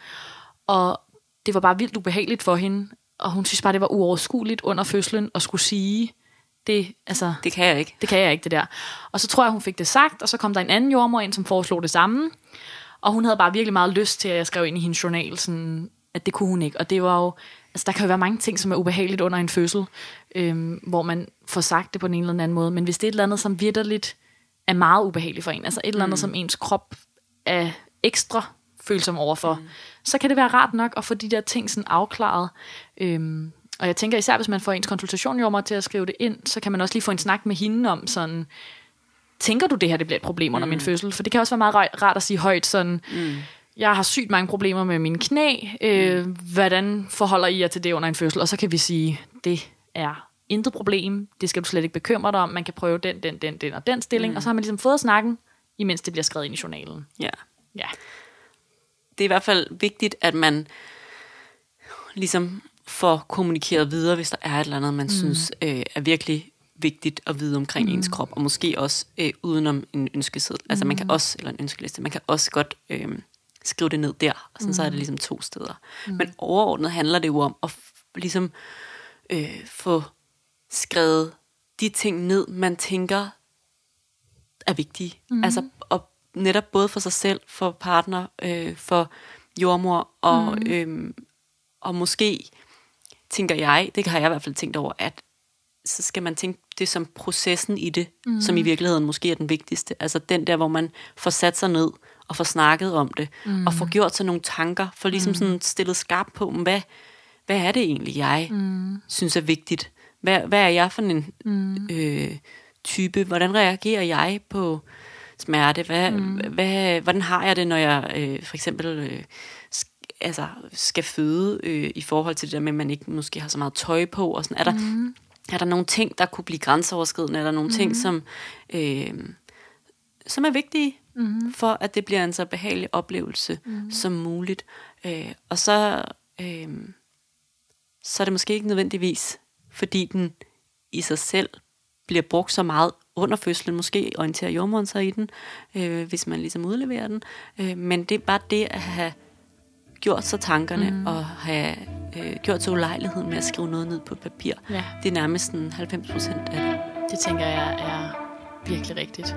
Og det var bare vildt ubehageligt for hende. Og hun synes bare, det var uoverskueligt under fødslen at skulle sige, Det, altså, det kan jeg ikke. Det kan jeg ikke, det der. Og så tror jeg, hun fik det sagt, og så kom der en anden jordemoder ind, som foreslog det samme. Og hun havde bare virkelig meget lyst til, at jeg skrev ind i hendes journal, sådan, at det kunne hun ikke. Og det var jo, altså der kan jo være mange ting, som er ubehageligt under en fødsel, øhm, hvor man får sagt det på en eller anden måde. Men hvis det er et eller andet, som vitterligt er meget ubehageligt for en, altså et eller andet, mm. som ens krop er ekstra følsom overfor, mm. så kan det være rart nok at få de der ting sådan afklaret. Øhm, Og jeg tænker især, hvis man får ens konsultation jordemor til at skrive det ind, så kan man også lige få en snak med hende om sådan, tænker du det her, det bliver et problem under mm. min fødsel? For det kan også være meget rart at sige højt sådan, mm. jeg har sygt mange problemer med mine knæ, øh, mm. hvordan forholder I jer til det under en fødsel? Og så kan vi sige, det er intet problem, det skal du slet ikke bekymre dig om, man kan prøve den, den, den, den og den stilling, mm. og så har man ligesom fået snakken, imens det bliver skrevet ind i journalen. Ja. ja. Det er i hvert fald vigtigt, at man ligesom får kommunikeret videre, hvis der er et eller andet, man mm. synes øh, er virkelig vigtigt at vide omkring mm. ens krop, og måske også øh, udenom en ønskeseddel. Altså man kan også, eller en ønskeliste, man kan også godt øh, skrive det ned der, og sådan mm. så er det ligesom to steder. Mm. Men overordnet handler det jo om at f- ligesom øh, få skrevet de ting ned, man tænker er vigtige. Mm. Altså og netop både for sig selv, for partner, øh, for jordemor, og, mm. øh, og måske tænker jeg, det har jeg i hvert fald tænkt over, at så skal man tænke det som processen i det, mm. som i virkeligheden måske er den vigtigste. Altså den der, hvor man får sat sig ned og får snakket om det, mm. og får gjort sig nogle tanker, for ligesom mm. sådan stillet skarpt på, hvad, hvad er det egentlig, jeg mm. synes er vigtigt? Hvad, hvad er jeg for en mm. øh, type? Hvordan reagerer jeg på smerte? Hvad, mm. hvad, hvordan har jeg det, når jeg øh, for eksempel øh, altså skal føde øh, i forhold til det der med, at man ikke måske har så meget tøj på, og sådan. Er der, mm. er der nogle ting, der kunne blive grænseoverskridende? Er der nogle mm. ting, som, øh, som er vigtige, mm. for at det bliver en så behagelig oplevelse mm. som muligt? Øh, og så, øh, så er det måske ikke nødvendigvis, fordi den i sig selv bliver brugt så meget under fødslen, måske orienterer jordemoderen sig i den, øh, hvis man ligesom udleverer den. Øh, men det er bare det at have gjort sig tankerne, mm. og have øh, gjort sig ulejligheden med at skrive noget ned på papir. Ja. Det er nærmest halvfems procent af det. Det tænker jeg er virkelig rigtigt.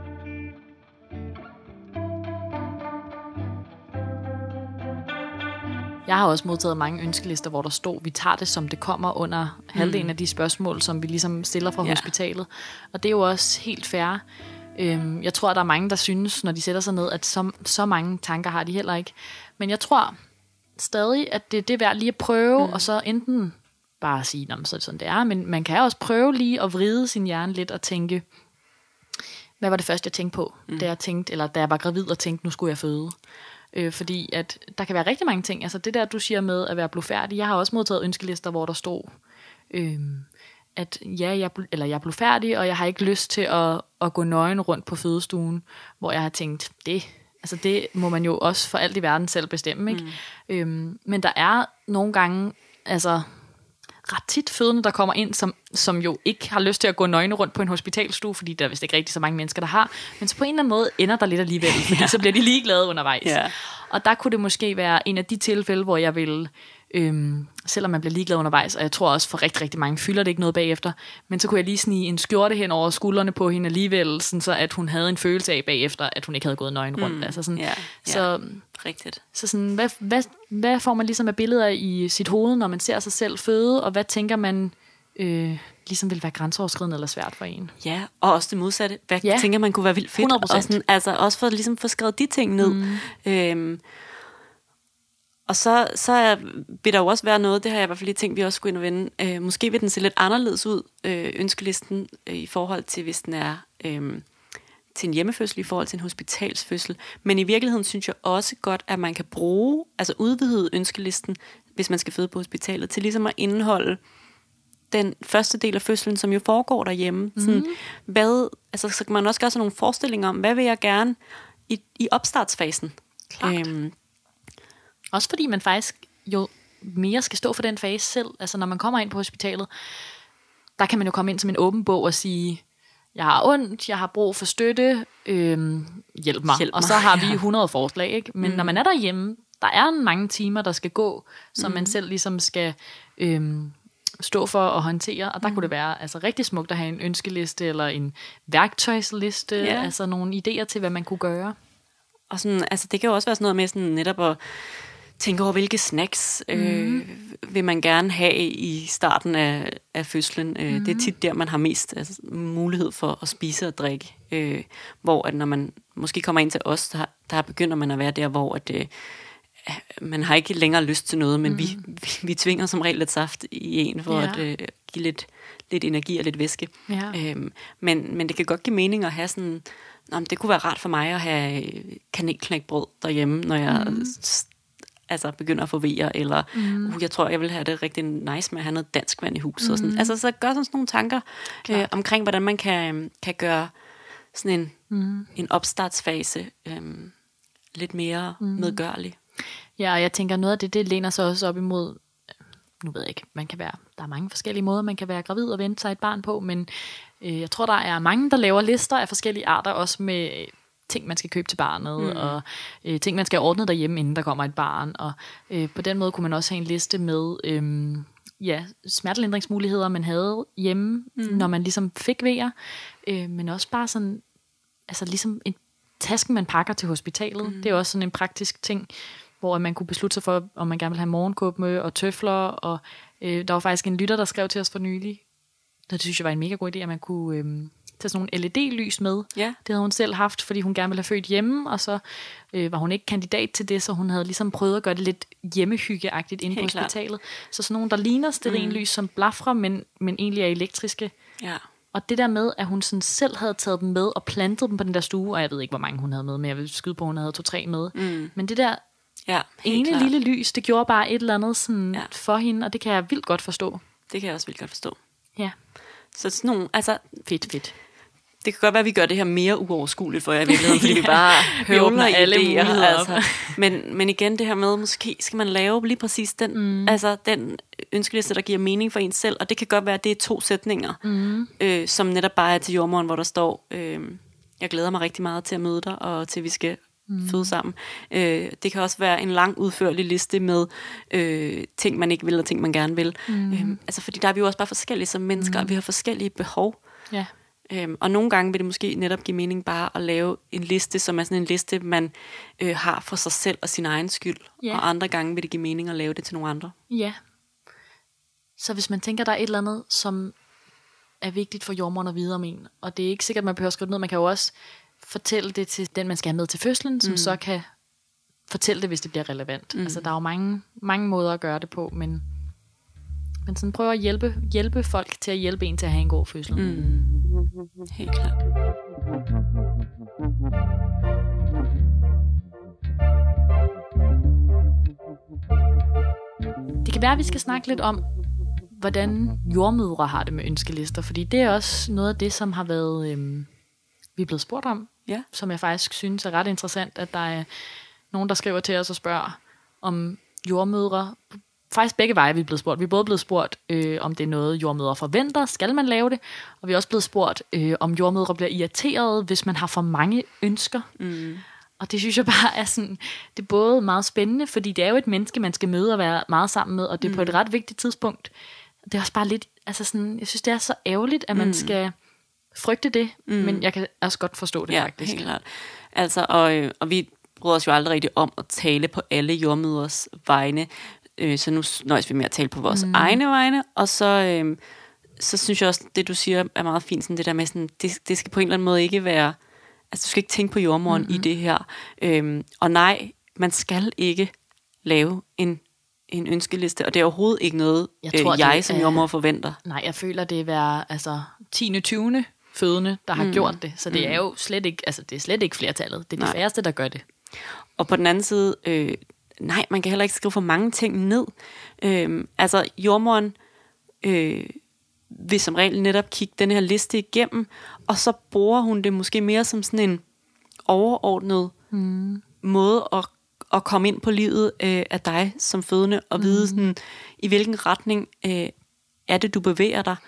Jeg har også modtaget mange ønskelister, hvor der stod, vi tager det, som det kommer under mm. halvdelen af de spørgsmål, som vi ligesom stiller fra ja. hospitalet. Og det er jo også helt fair. Øhm, jeg tror, der er mange, der synes, når de sætter sig ned, at så, så mange tanker har de heller ikke. Men jeg tror stadig, at det, det er værd lige at prøve, mm. og så enten bare sige, så er det sådan, det er. Men man kan også prøve lige at vride sin hjerne lidt og tænke, hvad var det første, jeg tænkte på, mm. da jeg tænkte, eller da jeg var gravid og tænkte, nu skulle jeg føde. Øh, fordi at der kan være rigtig mange ting. Altså det der, du siger med at være blufærdig. Jeg har også modtaget ønskelister, hvor der stod, øh, at ja, jeg, eller jeg er blufærdig, og jeg har ikke lyst til at, at gå nøgen rundt på fødestuen, hvor jeg har tænkt, det Altså det må man jo også for alt i verden selv bestemme, ikke? Mm. Øhm, men der er nogle gange, altså ret tit fødende, der kommer ind, som, som jo ikke har lyst til at gå nøgne rundt på en hospitalstue, fordi der er vist ikke rigtig så mange mennesker, der har. Men så på en eller anden måde ender der lidt alligevel, fordi ja. så bliver de ligeglade undervejs. Ja. Og der kunne det måske være en af de tilfælde, hvor jeg vil, øhm, selvom man bliver ligeglad undervejs, og jeg tror også for rigtig, rigtig mange fylder det ikke noget bagefter, men så kunne jeg lige snige en skjorte hen over skuldrene på hende alligevel, sådan så at hun havde en følelse af bagefter, at hun ikke havde gået nøgen rundt. Mm. Altså sådan, ja. Så, ja. Rigtigt. Så sådan, hvad, hvad, hvad får man ligesom af billeder i sit hoved, når man ser sig selv føde, og hvad tænker man øh, ligesom vil være grænseoverskridende eller svært for en? Ja, og også det modsatte. Hvad ja. tænker man kunne være vildt fedt? hundrede procent. Og sådan, altså også for ligesom få skrevet de ting ned. Mm. Øhm, og så, så er, vil der jo også være noget, det har jeg i hvert fald lige tænkt, vi også skulle ind og vende. Øh, måske vil den se lidt anderledes ud, øh, ønskelisten, øh, i forhold til, hvis den er øh, til en hjemmefødsel, i forhold til en hospitalsfødsel. Men i virkeligheden synes jeg også godt, at man kan bruge, altså udvide ønskelisten, hvis man skal føde på hospitalet, til ligesom at indeholde den første del af fødslen, som jo foregår derhjemme. Mm. Sådan, hvad, altså, så kan man også gøre sådan nogle forestillinger om, hvad vil jeg gerne i, i opstartsfasen? Klart. Øhm, Også fordi man faktisk jo mere skal stå for den fase selv. Altså når man kommer ind på hospitalet, der kan man jo komme ind som en åben bog og sige, jeg har ondt, jeg har brug for støtte, øhm, hjælp mig. Hjælp mig. Og så har vi hundrede forslag, ikke? Men mm. når man er derhjemme, der er mange timer, der skal gå, som mm. man selv ligesom skal øhm, stå for og håndtere. Og der mm. kunne det være altså, rigtig smukt at have en ønskeliste eller en værktøjsliste, yeah. altså nogle idéer til, hvad man kunne gøre. Og sådan, altså, det kan jo også være sådan noget med sådan, netop at tænke over, hvilke snacks øh, mm. vil man gerne have i starten af, af fødslen. Øh, mm. Det er tit der, man har mest altså, mulighed for at spise og drikke. Øh, hvor at når man måske kommer ind til os, der, der begynder man at være der, hvor at, øh, man har ikke længere lyst til noget, men mm. vi, vi, vi tvinger som regel lidt saft i en, for ja. at øh, give lidt, lidt energi og lidt væske. Ja. Øh, men, men det kan godt give mening at have sådan, nå, det kunne være rart for mig at have kanelknækbrød derhjemme, når jeg mm. altså begynder at få vejer, eller mm. uh, jeg tror, jeg vil have det rigtig nice med at have noget dansk vand i huset. Mm. Og sådan. Altså så gør sådan nogle tanker øh, omkring, hvordan man kan, kan gøre sådan en, mm. en opstartsfase øh, lidt mere mm. medgørlig. Ja, og jeg tænker, noget af det, det læner sig også op imod, nu ved jeg ikke, man kan være, der er mange forskellige måder, man kan være gravid og vente sig et barn på, men øh, jeg tror, der er mange, der laver lister af forskellige arter, også med ting, man skal købe til barnet, mm. og øh, ting, man skal ordne derhjemme, inden der kommer et barn, og øh, på den måde kunne man også have en liste med øh, ja, smertelindringsmuligheder, man havde hjemme, mm. når man ligesom fik vejer, øh, men også bare sådan, altså ligesom en tasken, man pakker til hospitalet, mm. det er også sådan en praktisk ting, hvor man kunne beslutte sig for, om man gerne vil have morgenkåbe og tøfler, og øh, der var faktisk en lytter, der skrev til os for nylig, det synes jeg var en mega god idé, at man kunne øh, tage sådan nogle L E D-lys med. Ja. Det havde hun selv haft, fordi hun gerne ville have født hjemme, og så øh, var hun ikke kandidat til det, så hun havde ligesom prøvet at gøre det lidt hjemmehyggeagtigt inde på hospitalet. Så sådan nogle, der ligner stearinlys, mm. som blafrer, men, men egentlig er elektriske. Ja. Og det der med, at hun sådan selv havde taget dem med og plantet dem på den der stue, og jeg ved ikke, hvor mange hun havde med, men jeg vil skyde på, at hun havde to-tre med. Mm. Men det der ja, ene klart. lille lys, det gjorde bare et eller andet sådan ja. for hende, og det kan jeg vildt godt forstå. Det kan jeg også vildt godt forstå. Ja. Så sådan nogle, altså fedt, fedt. Det kan godt være, at vi gør det her mere uoverskueligt for jer i virkeligheden, fordi ja. vi bare høvler alle idéer. Altså. Men, men igen, det her med, måske skal man lave lige præcis den, mm. altså, den ønskeliste, der giver mening for en selv, og det kan godt være, at det er to sætninger, mm. øh, som netop bare er til jordmoren, hvor der står, øh, jeg glæder mig rigtig meget til at møde dig, og til vi skal mm. føde sammen. Øh, det kan også være en lang, udførlig liste med øh, ting, man ikke vil, og ting, man gerne vil. Mm. Øh, altså, fordi der er vi jo også bare forskellige som mennesker, mm. og vi har forskellige behov. Ja. Øhm, og nogle gange vil det måske netop give mening bare at lave en liste, som er sådan en liste, man øh, har for sig selv og sin egen skyld. Ja. Og andre gange vil det give mening at lave det til nogle andre. Ja. Så hvis man tænker, der er et eller andet, som er vigtigt for jordmoren at vide om en, og det er ikke sikkert, at man behøver at skrive det ned, man kan jo også fortælle det til den, man skal have med til fødslen, som mm. så kan fortælle det, hvis det bliver relevant. Mm. Altså der er jo mange, mange måder at gøre det på, men... Men sådan prøver at hjælpe, hjælpe folk til at hjælpe en til at have en god fødsel. Mm. Helt klart. Det kan være, at vi skal snakke lidt om, hvordan jordmødre har det med ønskelister. Fordi det er også noget af det, som har været øhm, vi er blevet spurgt om, Ja. som jeg faktisk synes er ret interessant, at der er nogen, der skriver til os og spørger om jordmødre. Faktisk begge veje vi er blevet spurgt. Vi er både blevet spurgt, øh, om det er noget, jordmødre forventer, skal man lave det, og vi er også blevet spurgt, øh, om jordmødre bliver irriteret, hvis man har for mange ønsker. Mm. Og det synes jeg bare er sådan, det er både meget spændende, fordi det er jo et menneske, man skal møde og være meget sammen med, og det er mm. på et ret vigtigt tidspunkt. Det er også bare lidt, altså sådan, jeg synes, det er så ærgerligt, at man mm. skal frygte det, mm. men jeg kan også godt forstå det ja, faktisk. Helt klart. Altså, og, og vi bryder os jo aldrig rigtig om at tale på alle jordmødres vegne, øh, så nu nøjes vi med at tale på vores mm. egne vegne, og så, øh, så synes jeg også, det du siger er meget fint, sådan det der med, sådan, det, det skal på en eller anden måde ikke være, altså du skal ikke tænke på jordmoren mm-hmm. i det her, øh, og nej, man skal ikke lave en en ønskeliste, og det er overhovedet ikke noget, jeg, tror, øh, jeg det, som jordmor forventer. Nej, jeg føler, det er være altså tiende tyvende fødende, der har mm. gjort det, så det mm. er jo slet ikke, altså det er slet ikke flertallet. Det er de nej. færreste, der gør det. Og på den anden side, øh, nej, man kan heller ikke skrive for mange ting ned. Øh, altså jordmoren øh, vil som regel netop kigge den her liste igennem, og så bruger hun det måske mere som sådan en overordnet mm. måde at at komme ind på livet øh, af dig som fødende, og vide sådan, i hvilken retning øh, er det, du bevæger dig.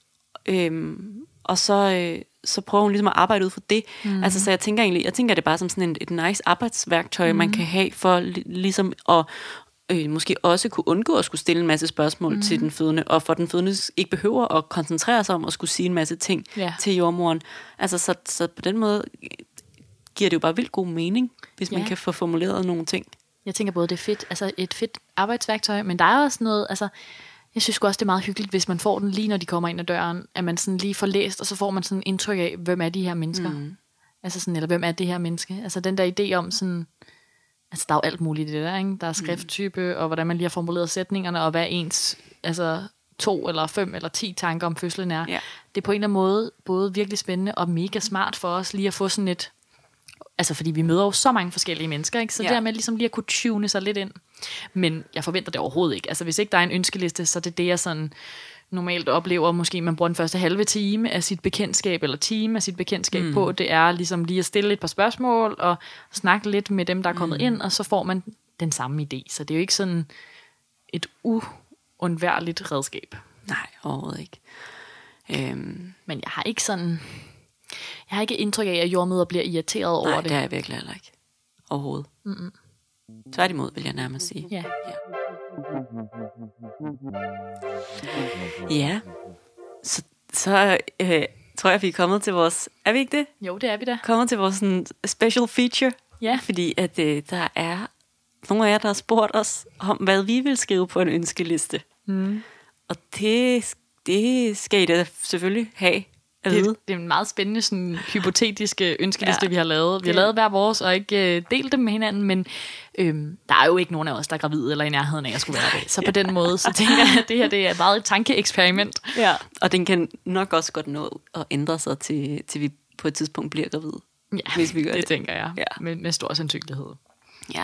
Øhm, og så, øh, så prøver hun ligesom at arbejde ud for det. Mm. Altså, så jeg tænker egentlig, jeg tænker det bare som sådan et, et nice arbejdsværktøj, mm. man kan have for li- ligesom at øh, måske også kunne undgå at skulle stille en masse spørgsmål mm. til den fødende, og for den fødende ikke behøver at koncentrere sig om at skulle sige en masse ting yeah. til jordmoren. Altså, så, så på den måde giver det jo bare vildt god mening, hvis man ja. kan få formuleret nogle ting. Jeg tænker både, det er fedt, altså et fedt arbejdsværktøj, men der er også noget, altså, jeg synes også, det er meget hyggeligt, hvis man får den lige, når de kommer ind ad døren, at man sådan lige får læst, og så får man sådan en indtryk af, hvem er de her mennesker? Mm. Altså sådan, eller hvem er det her menneske? Altså den der idé om sådan, altså der er jo alt muligt i det der, ikke? Der er skrifttype, mm. og hvordan man lige har formuleret sætningerne, og hvad ens, altså to eller fem eller ti tanker om fødslen er. Ja. Det er på en eller anden måde både virkelig spændende og mega smart for os lige at få sådan et, altså fordi vi møder jo så mange forskellige mennesker, ikke? Så ja. det der med ligesom lige at kunne tune sig lidt ind. Men jeg forventer det overhovedet ikke. Altså hvis ikke der er en ønskeliste, så er det det, jeg sådan normalt oplever. Måske man bruger den første halve time af sit bekendtskab, eller time af sit bekendtskab mm. på. Det er ligesom lige at stille et par spørgsmål, og snakke lidt med dem, der er kommet mm. ind, og så får man den samme idé. Så det er jo ikke sådan et uundværligt redskab. Nej, overhovedet ikke. Øhm. Men jeg har ikke sådan... Jeg har ikke indtryk af, at jordmødre bliver irriteret over Nej, det. det er jeg virkelig heller ikke. Overhovedet. Mm-mm. Tværtimod, vil jeg nærmest sige. Ja. Ja, ja. Så, så øh, tror jeg, vi er kommet til vores... Er vi ikke det? Jo, det er vi da. Kommet til vores sådan, special feature. Ja. Fordi at øh, der er nogle af jer, der har spurgt os om, hvad vi vil skrive på en ønskeliste. Mm. Og det, det skal I da selvfølgelig have. Det, det er en meget spændende sådan, hypotetiske ønskeliste, ja. vi har lavet. Vi har lavet hver vores, og ikke øh, delt dem med hinanden, men øhm, der er jo ikke nogen af os, der er gravide eller i nærheden af at skulle være det. Så på den måde, så tænker jeg, at det her det er meget et tankeeksperiment. Ja. Og den kan nok også godt nå at ændre sig, til, til vi på et tidspunkt bliver gravide. Ja, hvis vi gør det. det tænker jeg, ja. med, med stor sandsynlighed. Ja.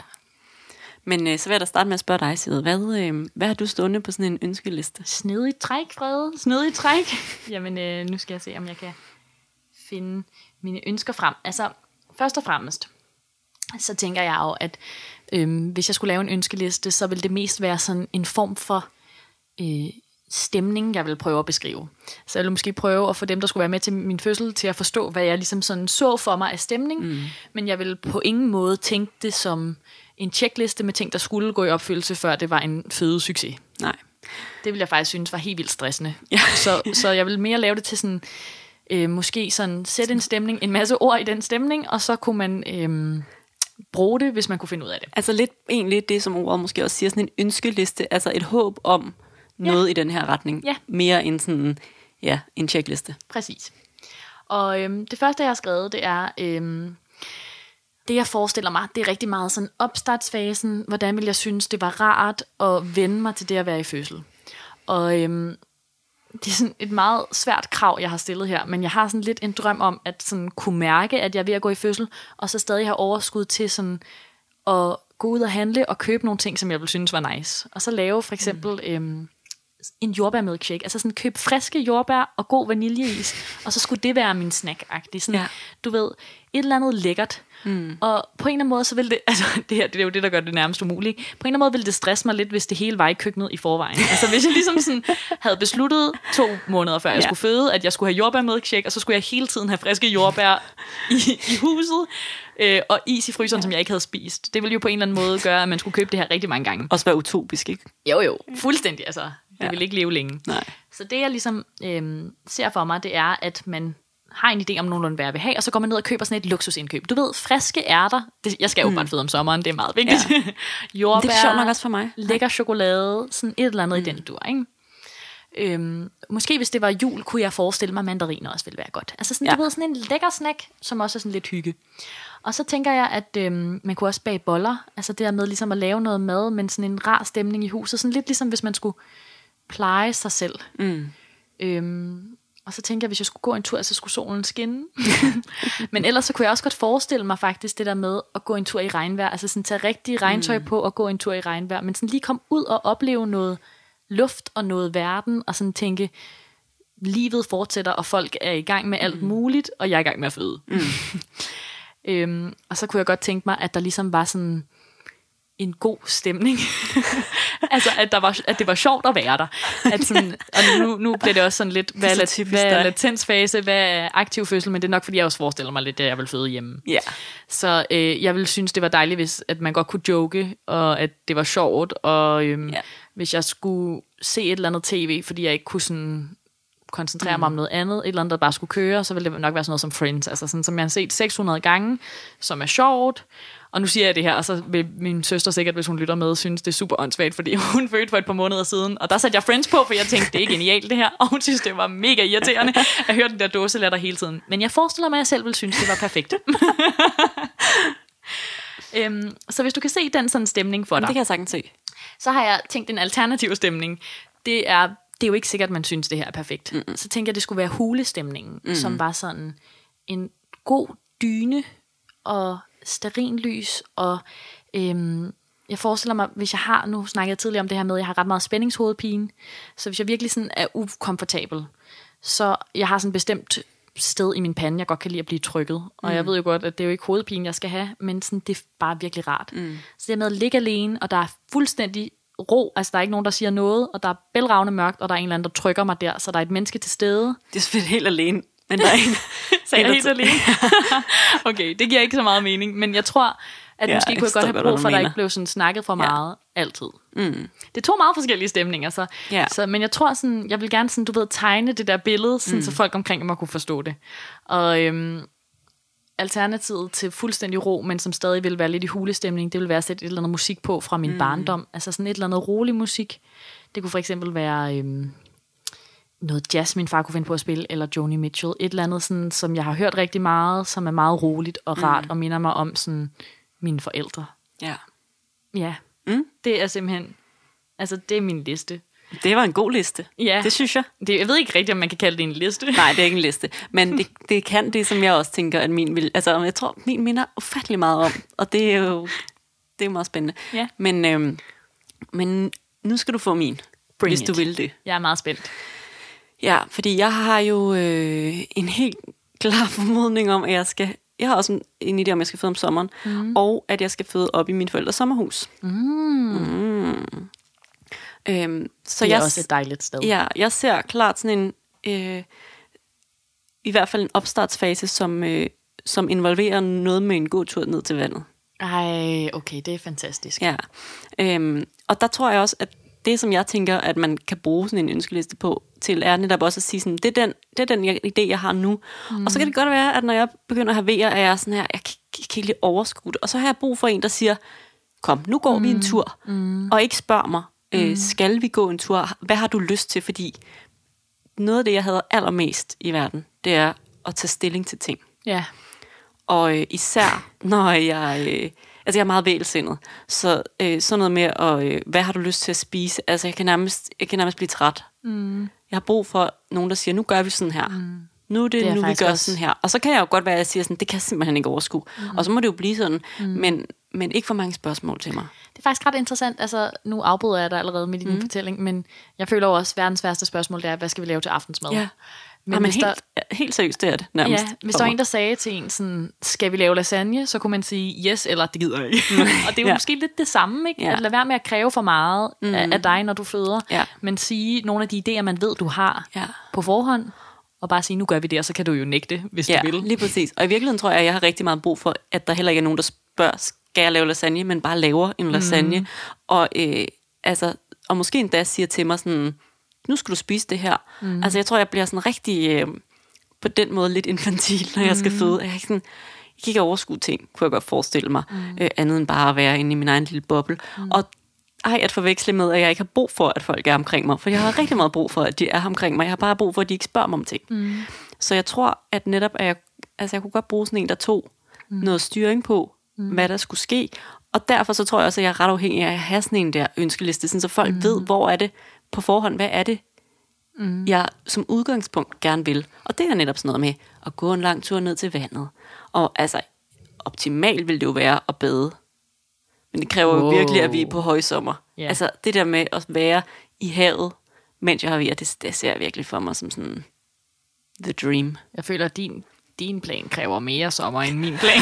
Men øh, så vil jeg da starte med at spørge dig, Side. Hvad, øh, hvad har du stående på sådan en ønskeliste? Snedigt træk, Frede. Snedigt træk. Jamen, øh, nu skal jeg se, om jeg kan finde mine ønsker frem. Altså, først og fremmest, så tænker jeg jo, at øh, hvis jeg skulle lave en ønskeliste, så ville det mest være sådan en form for øh, stemning, jeg vil prøve at beskrive. Så jeg vil måske prøve at få dem, der skulle være med til min fødsel, til at forstå, hvad jeg ligesom sådan så for mig af stemning. Mm. Men jeg vil på ingen måde tænke det som en checkliste med ting, der skulle gå i opfyldelse, før det var en fødesucces. Nej. Det ville jeg faktisk synes var helt vildt stressende. Ja. så, så jeg vil mere lave det til sådan, øh, måske sådan sætte en stemning, en masse ord i den stemning, og så kunne man øh, bruge det, hvis man kunne finde ud af det. Altså lidt egentlig det, som ordet måske også siger, sådan en ønskeliste, altså et håb om noget ja. i den her retning. Ja. Mere end sådan, ja, en checkliste. Præcis. Og øh, det første, jeg har skrevet, det er... Øh, Det jeg forestiller mig, det er rigtig meget sådan opstartsfasen. Hvordan vil jeg synes, det var rart at vende mig til det at være i fødsel. Og øhm, det er sådan et meget svært krav, jeg har stillet her. Men jeg har sådan lidt en drøm om, at sådan kunne mærke, at jeg er ved at gå i fødsel. Og så stadig have overskud til sådan at gå ud og handle og købe nogle ting, som jeg vil synes var nice. Og så lave for eksempel mm. øhm, en jordbærmilkshake. Altså sådan køb friske jordbær og god vaniljeis, og så skulle det være min snack-agtig. Sådan, ja. Du ved, et eller andet lækkert. Mm. Og på en eller anden måde, så ville det, altså det her, det er jo det, der gør det nærmest umuligt. På en eller anden måde ville det stresse mig lidt, hvis det hele var i køkkenet i forvejen. Altså hvis jeg ligesom sådan havde besluttet to måneder før jeg ja. skulle føde, at jeg skulle have jordbærmilkshake, og så skulle jeg hele tiden have friske jordbær i, i huset, øh, og is i fryseren, ja. som jeg ikke havde spist. Det ville jo på en eller anden måde gøre, at man skulle købe det her rigtig mange gange. Også være utopisk, ikke? Jo jo, fuldstændig. Altså, det ja. vil ikke leve længe. Nej. Så det jeg ligesom øh, ser for mig, det er, at man har en idé om nogenlunde, hvad jeg vil have, og så går man ned og køber sådan et luksusindkøb. Du ved, friske ærter, det, jeg skal jo mm. bare føde om sommeren, det er meget vigtigt. Ja. Jordbær, det er sjovt nok også for mig. Lækker chokolade, sådan et eller andet mm. i den dur, ikke? Øhm, måske hvis det var jul, kunne jeg forestille mig, at mandariner også ville være godt. Altså sådan, ja. du ved, sådan en lækker snack, som også er sådan lidt hygge. Og så tænker jeg, at øhm, man kunne også bage boller, altså det der med ligesom at lave noget mad, men sådan en rar stemning i huset, sådan lidt ligesom hvis man skulle pleje sig selv. Mm. Øhm, Og så tænker jeg, hvis jeg skulle gå en tur, så skulle solen skinne. Men ellers så kunne jeg også godt forestille mig faktisk det der med at gå en tur i regnvejr. Altså sådan tage rigtig regntøj mm. på og gå en tur i regnvejr. Men sådan lige komme ud og opleve noget luft og noget verden. Og sådan tænke, livet fortsætter, og folk er i gang med alt mm. muligt. Og jeg er i gang med at føde. Mm. øhm, og så kunne jeg godt tænke mig, at der ligesom var sådan en god stemning. Altså, at, der var, at det var sjovt at være der. At sådan, og nu, nu bliver det også sådan lidt, hvad er, hvad er latensfase, hvad er aktiv fødsel, men det er nok, fordi jeg også forestiller mig lidt, at jeg vil føde hjemme. Yeah. Så øh, jeg ville synes, det var dejligt, hvis at man godt kunne joke, og at det var sjovt, og øhm, yeah. hvis jeg skulle se et eller andet tv, fordi jeg ikke kunne sådan koncentrere mm. mig om noget andet, et eller andet, der bare skulle køre, så ville det nok være sådan noget som Friends, altså sådan, som jeg har set seks hundrede gange, som er sjovt. Og nu siger jeg det her, og så vil min søster sikkert, hvis hun lytter med, synes, det er super åndssvagt, fordi hun fødte for et par måneder siden, og der satte jeg Friends på, for jeg tænkte, det er genialt det her, og hun synes, det var mega irriterende at høre den der dåselatter hele tiden. Men jeg forestiller mig, at jeg selv ville synes, det var perfekt. øhm, så hvis du kan se den sådan stemning for dig, det kan jeg sagtens se. Så har jeg tænkt en alternativ stemning. Det er, det er jo ikke sikkert, at man synes, det her er perfekt. Mm-mm. Så tænker jeg, det skulle være hulestemningen, mm. som var sådan en god dyne og stearinlys, og øhm, jeg forestiller mig, hvis jeg har, nu snakkede jeg tidligere om det her med, at jeg har ret meget spændingshovedpine, så hvis jeg virkelig sådan er ukomfortabel, så jeg har sådan et bestemt sted i min pande, jeg godt kan lide at blive trykket, og mm. jeg ved jo godt, at det er jo ikke hovedpine, jeg skal have, men sådan, det er bare virkelig rart. Mm. Så det med at ligge alene, og der er fuldstændig ro, altså der er ikke nogen, der siger noget, og der er bælragende mørkt, og der er en eller anden, der trykker mig der, så der er et menneske til stede. Det er selvfølgelig helt alene. Men der er en, så jeg er helt alene. Okay, det giver ikke så meget mening, men jeg tror, at ja, måske kunne jeg godt have brug for, at der ikke blev sådan snakket for meget ja. altid. Mm. Det er to meget forskellige stemninger, så, ja. så, men jeg tror sådan, jeg vil gerne sådan, du ved, tegne det der billede, sådan, mm. så folk omkring mig kunne forstå det. Og øhm, alternativet til fuldstændig ro, men som stadig vil være lidt i hulestemning, det vil være at sætte et eller andet musik på fra min mm. barndom. Altså sådan et eller andet rolig musik. Det kunne for eksempel være Øhm, noget jazz, min far kunne finde på at spille, eller Joni Mitchell, et eller andet, sådan, som jeg har hørt rigtig meget, som er meget roligt og rart, mm. og minder mig om sådan, mine forældre. Ja. Ja, mm. det er simpelthen, altså det er min liste. Det var en god liste, ja. Det synes jeg. Det, jeg ved ikke rigtigt, om man kan kalde det en liste. Nej, det er ikke en liste, men det, det kan det, som jeg også tænker, at min vil, altså jeg tror, min minder ufattelig meget om, og det er jo, det er meget spændende. Ja. Men, øhm, men nu skal du få min, Bring hvis it. du vil det. Jeg er meget spændt. Ja, fordi jeg har jo øh, en helt klar formodning om, at jeg skal... Jeg har også en, en idé om, at jeg skal føde om sommeren, mm. og at jeg skal føde op i min forældres sommerhus. Mm. Mm. Øhm, så det er jeg, også et dejligt sted. Ja, jeg ser klart sådan en... Øh, i hvert fald en opstartsfase, som, øh, som involverer noget med en god tur ned til vandet. Ej, okay, det er fantastisk. Ja, øhm, og der tror jeg også, at det, som jeg tænker, at man kan bruge sådan en ønskeliste på, til er netop også at sige sådan, det er den, det er den idé, jeg har nu. Mm. Og så kan det godt være, at når jeg begynder at have vejer, er jeg sådan her, jeg kan, jeg kan ikke lige overskue det. Og så har jeg brug for en, der siger, kom, nu går mm. vi en tur. Mm. Og ikke spørg mig, øh, mm. skal vi gå en tur? Hvad har du lyst til? Fordi noget af det, jeg hader allermest i verden, det er at tage stilling til ting. Ja. Og øh, især, når jeg... Øh, Altså jeg er meget vælsindet, så øh, sådan noget med, at, øh, hvad har du lyst til at spise? Altså jeg kan nærmest, jeg kan nærmest blive træt. Mm. Jeg har brug for nogen, der siger, nu gør vi sådan her. Mm. nu er det, det er nu vi gør også. sådan her. Og så kan jeg jo godt være, at jeg siger sådan, det kan jeg simpelthen ikke overskue. Mm. Og så må det jo blive sådan, mm. men, men ikke for mange spørgsmål til mig. Det er faktisk ret interessant. Altså, nu afbryder jeg dig allerede med din mm. fortælling, men jeg føler også, at verdens værste spørgsmål, det er, hvad skal vi lave til aftensmad? Ja. Men, ja, men helt, der, helt seriøst, det er det nærmest. Ja, hvis der var en, der sagde til en sådan, skal vi lave lasagne, så kunne man sige yes, eller det gider jeg ikke. Og det er jo ja. måske lidt det samme, ikke? Ja. At lade være med at kræve for meget mm. af dig, når du føder, ja. men sige nogle af de idéer, man ved, du har ja. på forhånd, og bare sige, nu gør vi det, og så kan du jo nægte, hvis ja, du vil. Lige præcis. Og i virkeligheden tror jeg, at jeg har rigtig meget brug for, at der heller ikke er nogen, der spørger, skal jeg lave lasagne, men bare laver en lasagne. Mm. Og, øh, altså, og måske endda siger til mig sådan, nu skal du spise det her. Mm. Altså jeg tror, jeg bliver sådan rigtig, øh, på den måde lidt infantil, når jeg skal mm. føde. Jeg kan, sådan, jeg kan ikke overskue ting, kunne jeg godt forestille mig, mm. øh, andet end bare at være inde i min egen lille boble. Mm. Og ej, at forveksle med, at jeg ikke har brug for, at folk er omkring mig. For jeg har rigtig meget brug for, at de er omkring mig. Jeg har bare brug for, at de ikke spørger mig om ting. Mm. Så jeg tror, at netop, at jeg, altså jeg kunne godt bruge sådan en, der tog mm. noget styring på, mm. hvad der skulle ske. Og derfor så tror jeg også, at jeg er ret afhængig af at have sådan en der ønskeliste, sådan, så folk mm. ved, hvor er det på forhånd, hvad er det, mm. jeg som udgangspunkt gerne vil. Og det er netop sådan noget med at gå en lang tur ned til vandet. Og altså, optimalt vil det jo være at bade. Men det kræver wow. jo virkelig, at vi er på højsommer. Yeah. Altså det der med at være i havet, mens jeg har været, det, det ser jeg virkelig for mig som sådan the dream. Jeg føler, at din, din plan kræver mere sommer end min plan.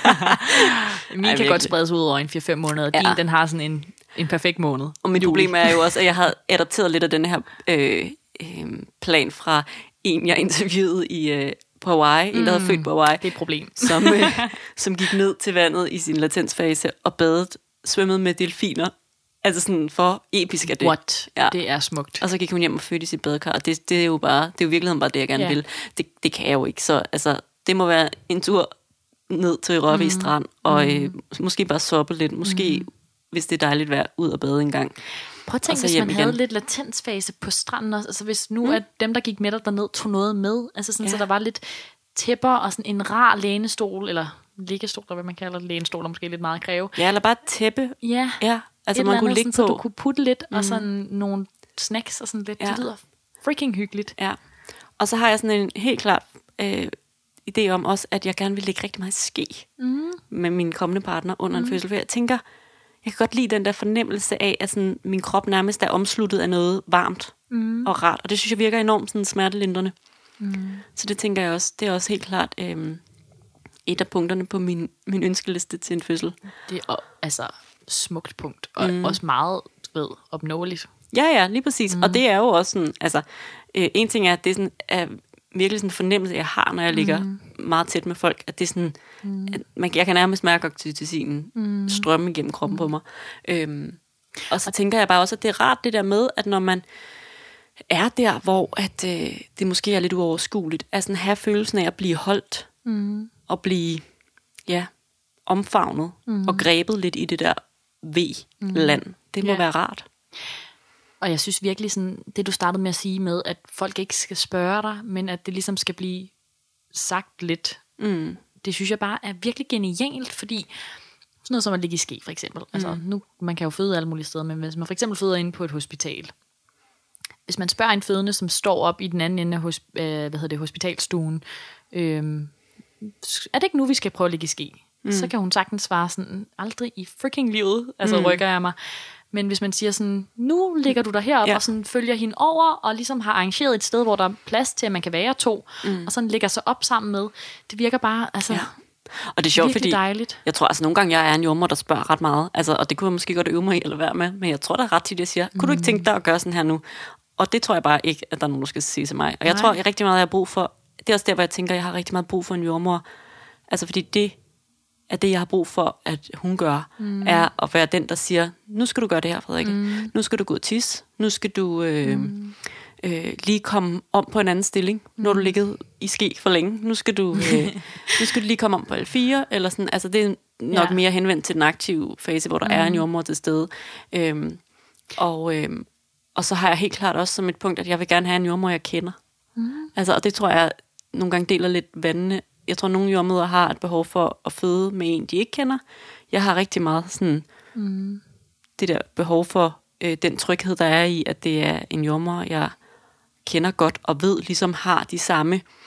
min Ej, kan virkelig. godt spredes ud over en fire fem måneder. Din, ja. den har sådan en, en perfekt måned. Og mit problem er jo også, at jeg har adapteret lidt af den her øh, øh, plan fra en, jeg interviewede i... Øh, på Hawaii, mm, en der havde født på Hawaii. Det er et problem. som, øh, som gik ned til vandet i sin latensfase og badet, svømmede med delfiner. Altså sådan for episk er det. What? Ja. Det er smukt. Og så gik hun hjem og fødte i sit badekar, og det, det er jo bare, det er jo virkeligheden bare det, jeg gerne yeah. vil. Det, det kan jeg jo ikke, så altså, det må være en tur ned til Rørvig mm. Strand, og øh, måske bare soppe lidt, måske, mm. hvis det er dejligt vejr, ud og bade en gang. Prøv at tænke, hvis man igen. havde lidt latensfase på stranden også. Altså hvis nu, mm. at dem, der gik med dig derned, tog noget med. Altså sådan, ja. så der var lidt tæpper og sådan en rar lænestol, eller liggestol, eller hvad man kalder det. Lænestol er måske lidt meget kræve. Ja, eller bare tæppe. Ja, ja altså et man kunne andet, ligge sådan, på. Så du kunne putte lidt, mm. og sådan nogle snacks og sådan lidt. Ja. Det lyder freaking hyggeligt. Ja, og så har jeg sådan en helt klart øh, idé om også, at jeg gerne vil ligge rigtig meget ske mm. med min kommende partner under mm. en fødsel. For jeg tænker... Jeg kan godt lide den der fornemmelse af, at sådan, min krop nærmest er omsluttet af noget varmt mm. og rart. Og det synes jeg virker enormt sådan, smertelindrende. Mm. Så det tænker jeg også, det er også helt klart øhm, et af punkterne på min, min ønskeliste til en fødsel. Det er altså smukt punkt, og mm. også meget, du ved, opnåeligt. Ja, ja, lige præcis. Mm. Og det er jo også sådan, altså, øh, en ting er, at det er sådan, er virkelig sådan en fornemmelse, jeg har, når jeg ligger mm. meget tæt med folk, at det er sådan, mm. at man, jeg kan nærmest mærke oxytocinen mm. strømme igennem kroppen mm. på mig. Øhm, og så tænker jeg bare også, at det er rart det der med, at når man er der, hvor at, øh, det måske er lidt uoverskueligt, at sådan have følelsen af at blive holdt, mm. og blive, ja, omfavnet, mm. og grebet lidt i det der V-land. Mm. Det må yeah. være rart. Og jeg synes virkelig sådan, det du startede med at sige med, at folk ikke skal spørge dig, men at det ligesom skal blive sagt lidt. Mm. Det synes jeg bare er virkelig genialt, fordi sådan noget som at ligge i ske for eksempel. Mm. Altså nu, man kan jo føde alle mulige steder, men hvis man for eksempel føder inde på et hospital. Hvis man spørger en fødende, som står op i den anden ende af hosp- øh, hvad hedder det, hospitalstuen, øh, er det ikke nu, vi skal prøve at ligge i ske? Mm. Så kan hun sagtens svare sådan, aldrig i freaking livet, altså mm. rykker jeg mig. Men hvis man siger sådan, nu ligger du der heroppe, ja. og sådan følger hende over, og ligesom har arrangeret et sted, hvor der er plads til, at man kan være to, mm. og sådan ligger sig op sammen med, det virker bare, altså, ja. Og det er sjovt, fordi dejligt. Jeg tror, altså nogle gange, jeg er en jordemoder, der spørger ret meget, altså, og det kunne jeg måske godt øve mig i, eller være med, men jeg tror, der er ret tit, jeg siger, kunne mm. du ikke tænke dig at gøre sådan her nu? Og det tror jeg bare ikke, at der er nogen, der skal sige til mig. Og jeg Nej. tror, jeg rigtig meget, jeg har brug for, det er også der, hvor jeg tænker, jeg har rigtig meget brug for en jordemor, altså fordi det, at det, jeg har brug for, at hun gør, mm. er at være den, der siger, nu skal du gøre det her, Frederikke. Mm. Nu skal du gå og tisse. Nu skal du øh, mm. øh, lige komme om på en anden stilling. Mm. Nu har du ligget i ske for længe. Nu skal du, øh, nu skal du lige komme om på L fire. Eller sådan. Altså, det er nok ja. mere henvendt til den aktive fase, hvor der mm. er en jordemor til stede. Øhm, og, øhm, og så har jeg helt klart også som et punkt, at jeg vil gerne have en jordemor, jeg kender. Mm. Altså, og det tror jeg nogle gange deler lidt vandene. Jeg tror, nogle jordemødre har et behov for at føde med en, de ikke kender. Jeg har rigtig meget sådan, mm. det der behov for øh, den tryghed, der er i, at det er en jordemor, jeg kender godt og ved, ligesom har de samme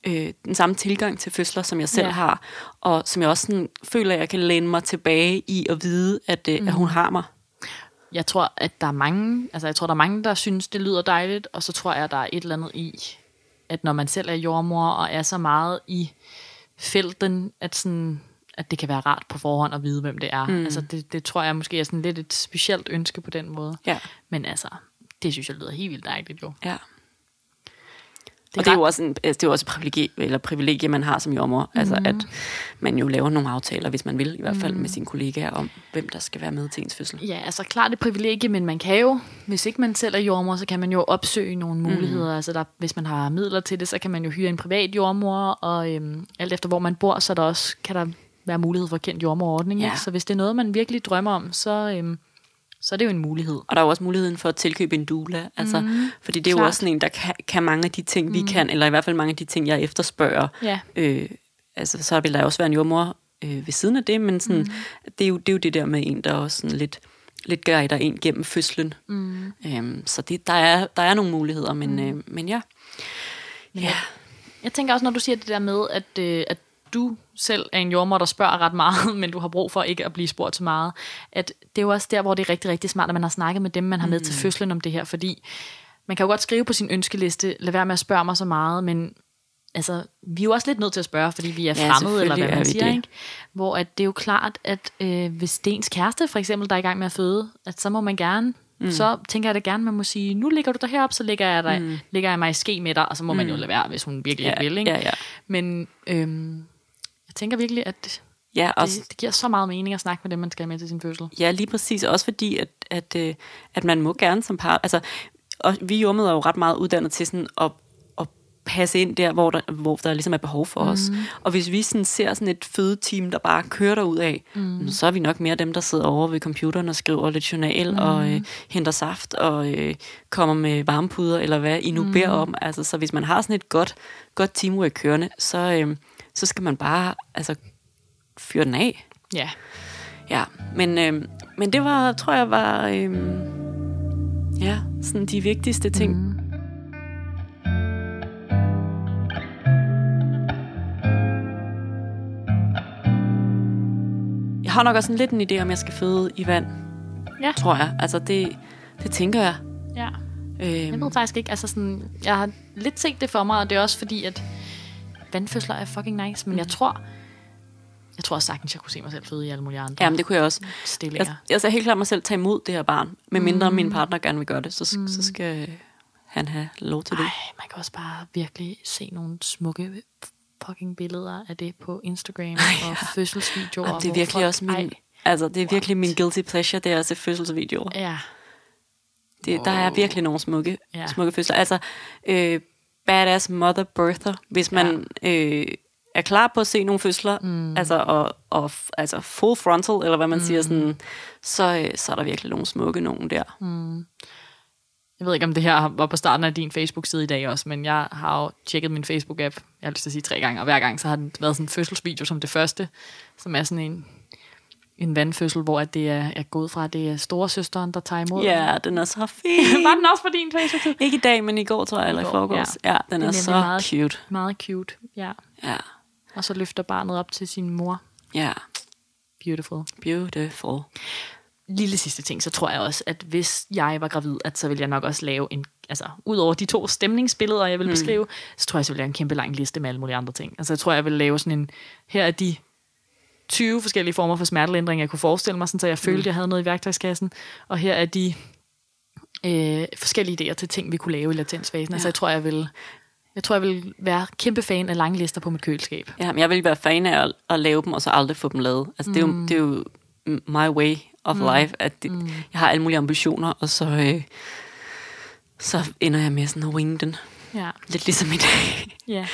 øh, den samme tilgang til fødsler, som jeg selv Ja. har, og som jeg også sådan, føler, at jeg kan læne mig tilbage i at vide, at, øh, mm. at hun har mig. Jeg tror, at der er mange, altså jeg tror, der er mange, der synes, det lyder dejligt, og så tror jeg, at der er et eller andet i, at når man selv er jordmor, og er så meget i felten, at, sådan, at det kan være rart på forhånd at vide, hvem det er. Mm. Altså det, det tror jeg måske er sådan lidt et specielt ønske på den måde. Ja. Men altså, det synes jeg lyder helt vildt dejligt jo. Ja. Det og det er jo også en, det er jo også et privilegie, eller privilegie, man har som jordmor. Mm. Altså, at man jo laver nogle aftaler, hvis man vil, i hvert fald mm. med sine kollegaer, om hvem der skal være med til ens fødsel. Ja, altså klart et privilegie, men man kan jo, hvis ikke man selv er jordmor, så kan man jo opsøge nogle muligheder. Mm. Altså der, hvis man har midler til det, så kan man jo hyre en privat jordmor, og øhm, alt efter hvor man bor, så der også kan der være mulighed for kendt jordmorordning. Ja. Ikke? Så hvis det er noget, man virkelig drømmer om, så... Øhm, så er det jo en mulighed. Og der er jo også muligheden for at tilkøbe en doula. Altså, mm, fordi det er klart. jo også sådan en, der kan, kan mange af de ting, mm. vi kan, eller i hvert fald mange af de ting, jeg efterspørger. Ja. Øh, altså, så vil der også være en jordmor øh, ved siden af det, men sådan, mm. det, er jo, det er jo det der med en, der også sådan lidt, lidt guider en gennem fødslen. Mm. Øhm, så det, der, er, der er nogle muligheder, men, mm. øh, men ja. Men ja. Jeg, jeg tænker også, når du siger det der med, at, øh, at du selv er en jordmor, der spørger ret meget, men du har brug for ikke at blive spurgt så meget, at det er jo også der, hvor det er rigtig, rigtig smart, at man har snakket med dem, man har med mm. til fødslen om det her, fordi man kan jo godt skrive på sin ønskeliste, lad være med at spørge mig så meget, men altså, vi er jo også lidt nødt til at spørge, fordi vi er ja, fremmede, eller hvad man siger, det. Ikke? Hvor at det er jo klart, at øh, hvis det er ens kæreste, for eksempel, der er i gang med at føde, at så må man gerne, mm. så tænker jeg da gerne, man må sige, nu ligger du der herop, så ligger jeg, der, mm. ligger jeg mig i ske med dig, og så må mm. man jo lade være, hvis hun virkelig ja, ikke vil. Ikke? Ja, ja. Men øhm, jeg tænker virkelig, at ja, også, det, det giver så meget mening at snakke med dem, man skal have med til sin fødsel. Ja, lige præcis. Også fordi, at, at, at, at man må gerne som par... Altså, og vi jordmødre er jo ret meget uddannet til sådan at, at passe ind der, hvor der, hvor der ligesom er behov for mm. os. Og hvis vi sådan ser sådan et fødeteam, der bare kører derud af, mm. så er vi nok mere dem, der sidder over ved computeren og skriver lidt journal, mm. og øh, henter saft, og øh, kommer med varmepuder, eller hvad I nu mm. beder om. Altså, så hvis man har sådan et godt, godt teamwork kørende, så, øh, så skal man bare altså, fyre den af. Ja. Ja, men, øh, men det var, tror jeg, var øh, ja, sådan de vigtigste ting. Mm. Jeg har nok også lidt en idé, om jeg skal føde i vand. Ja. Tror jeg. Altså, det, det tænker jeg. Ja. Øhm. Jeg ved faktisk ikke, altså sådan, jeg har lidt set det for mig, og det er også fordi, at vandfødsler er fucking nice, men mm. jeg tror, jeg tror også sagtens, jeg kunne se mig selv føde i alle mulige andre. Jamen, det kunne jeg også. Stillinger. Jeg, jeg ser helt klart mig selv tage imod det her barn, medmindre mm. min partner gerne vil gøre det, så, mm. så skal han have lov til det. Ej, man kan også bare virkelig se nogle smukke fucking billeder af det på Instagram Ej, ja. og fødselsvideoer. Og det er virkelig også min, ej, altså det er virkelig min guilty pleasure, det er at se fødselsvideoer. Ja. Det, der er virkelig nogle smukke, ja. smukke fødsler. Altså, øh, badass mother birther, hvis man ja. øh, er klar på at se nogle fødsler, mm. altså, og, og, altså full frontal, eller hvad man mm. siger, sådan, så, øh, så er der virkelig nogle smukke nogen der. Mm. Jeg ved ikke, om det her var på starten af din Facebook-side i dag også, men jeg har jo tjekket min Facebook-app, jeg har lyst til at sige tre gange, og hver gang så har den været sådan en fødselsvideo som det første, som er sådan en, en vandfødsel, hvor det er, er gået fra, at det er storesøsteren, der tager imod. Ja, den er så fin. Var den også på din Facebook? Ikke i dag, men i går, tror jeg, eller i forgårs. Ja, ja den, den er, er så meget, cute. Meget cute, ja. Ja. Og så løfter barnet op til sin mor. Ja. Beautiful. Beautiful. Lille sidste ting, så tror jeg også, at hvis jeg var gravid, at så ville jeg nok også lave en, altså ud over de to stemningsbilleder, jeg vil mm. beskrive, så tror jeg, så ville jeg lave en kæmpe lang liste med alle mulige andre ting. Altså jeg tror, jeg vil lave sådan en, her er de tyve forskellige former for smertelindring, jeg kunne forestille mig, sådan, så jeg følte, mm. jeg havde noget i værktøjskassen, og her er de øh, forskellige idéer til ting, vi kunne lave i latensfasen. Ja. Altså jeg tror, jeg vil... Jeg tror, jeg vil være kæmpe fan af lange lister på mit køleskab. Ja, men jeg vil være fan af at, at lave dem, og så aldrig få dem lavet. Altså, mm. det, er jo, det er jo my way of mm. life, at det, mm. jeg har alle mulige ambitioner, og så, øh, så ender jeg med sådan at winge den. Ja. Lidt ligesom i dag. Ja.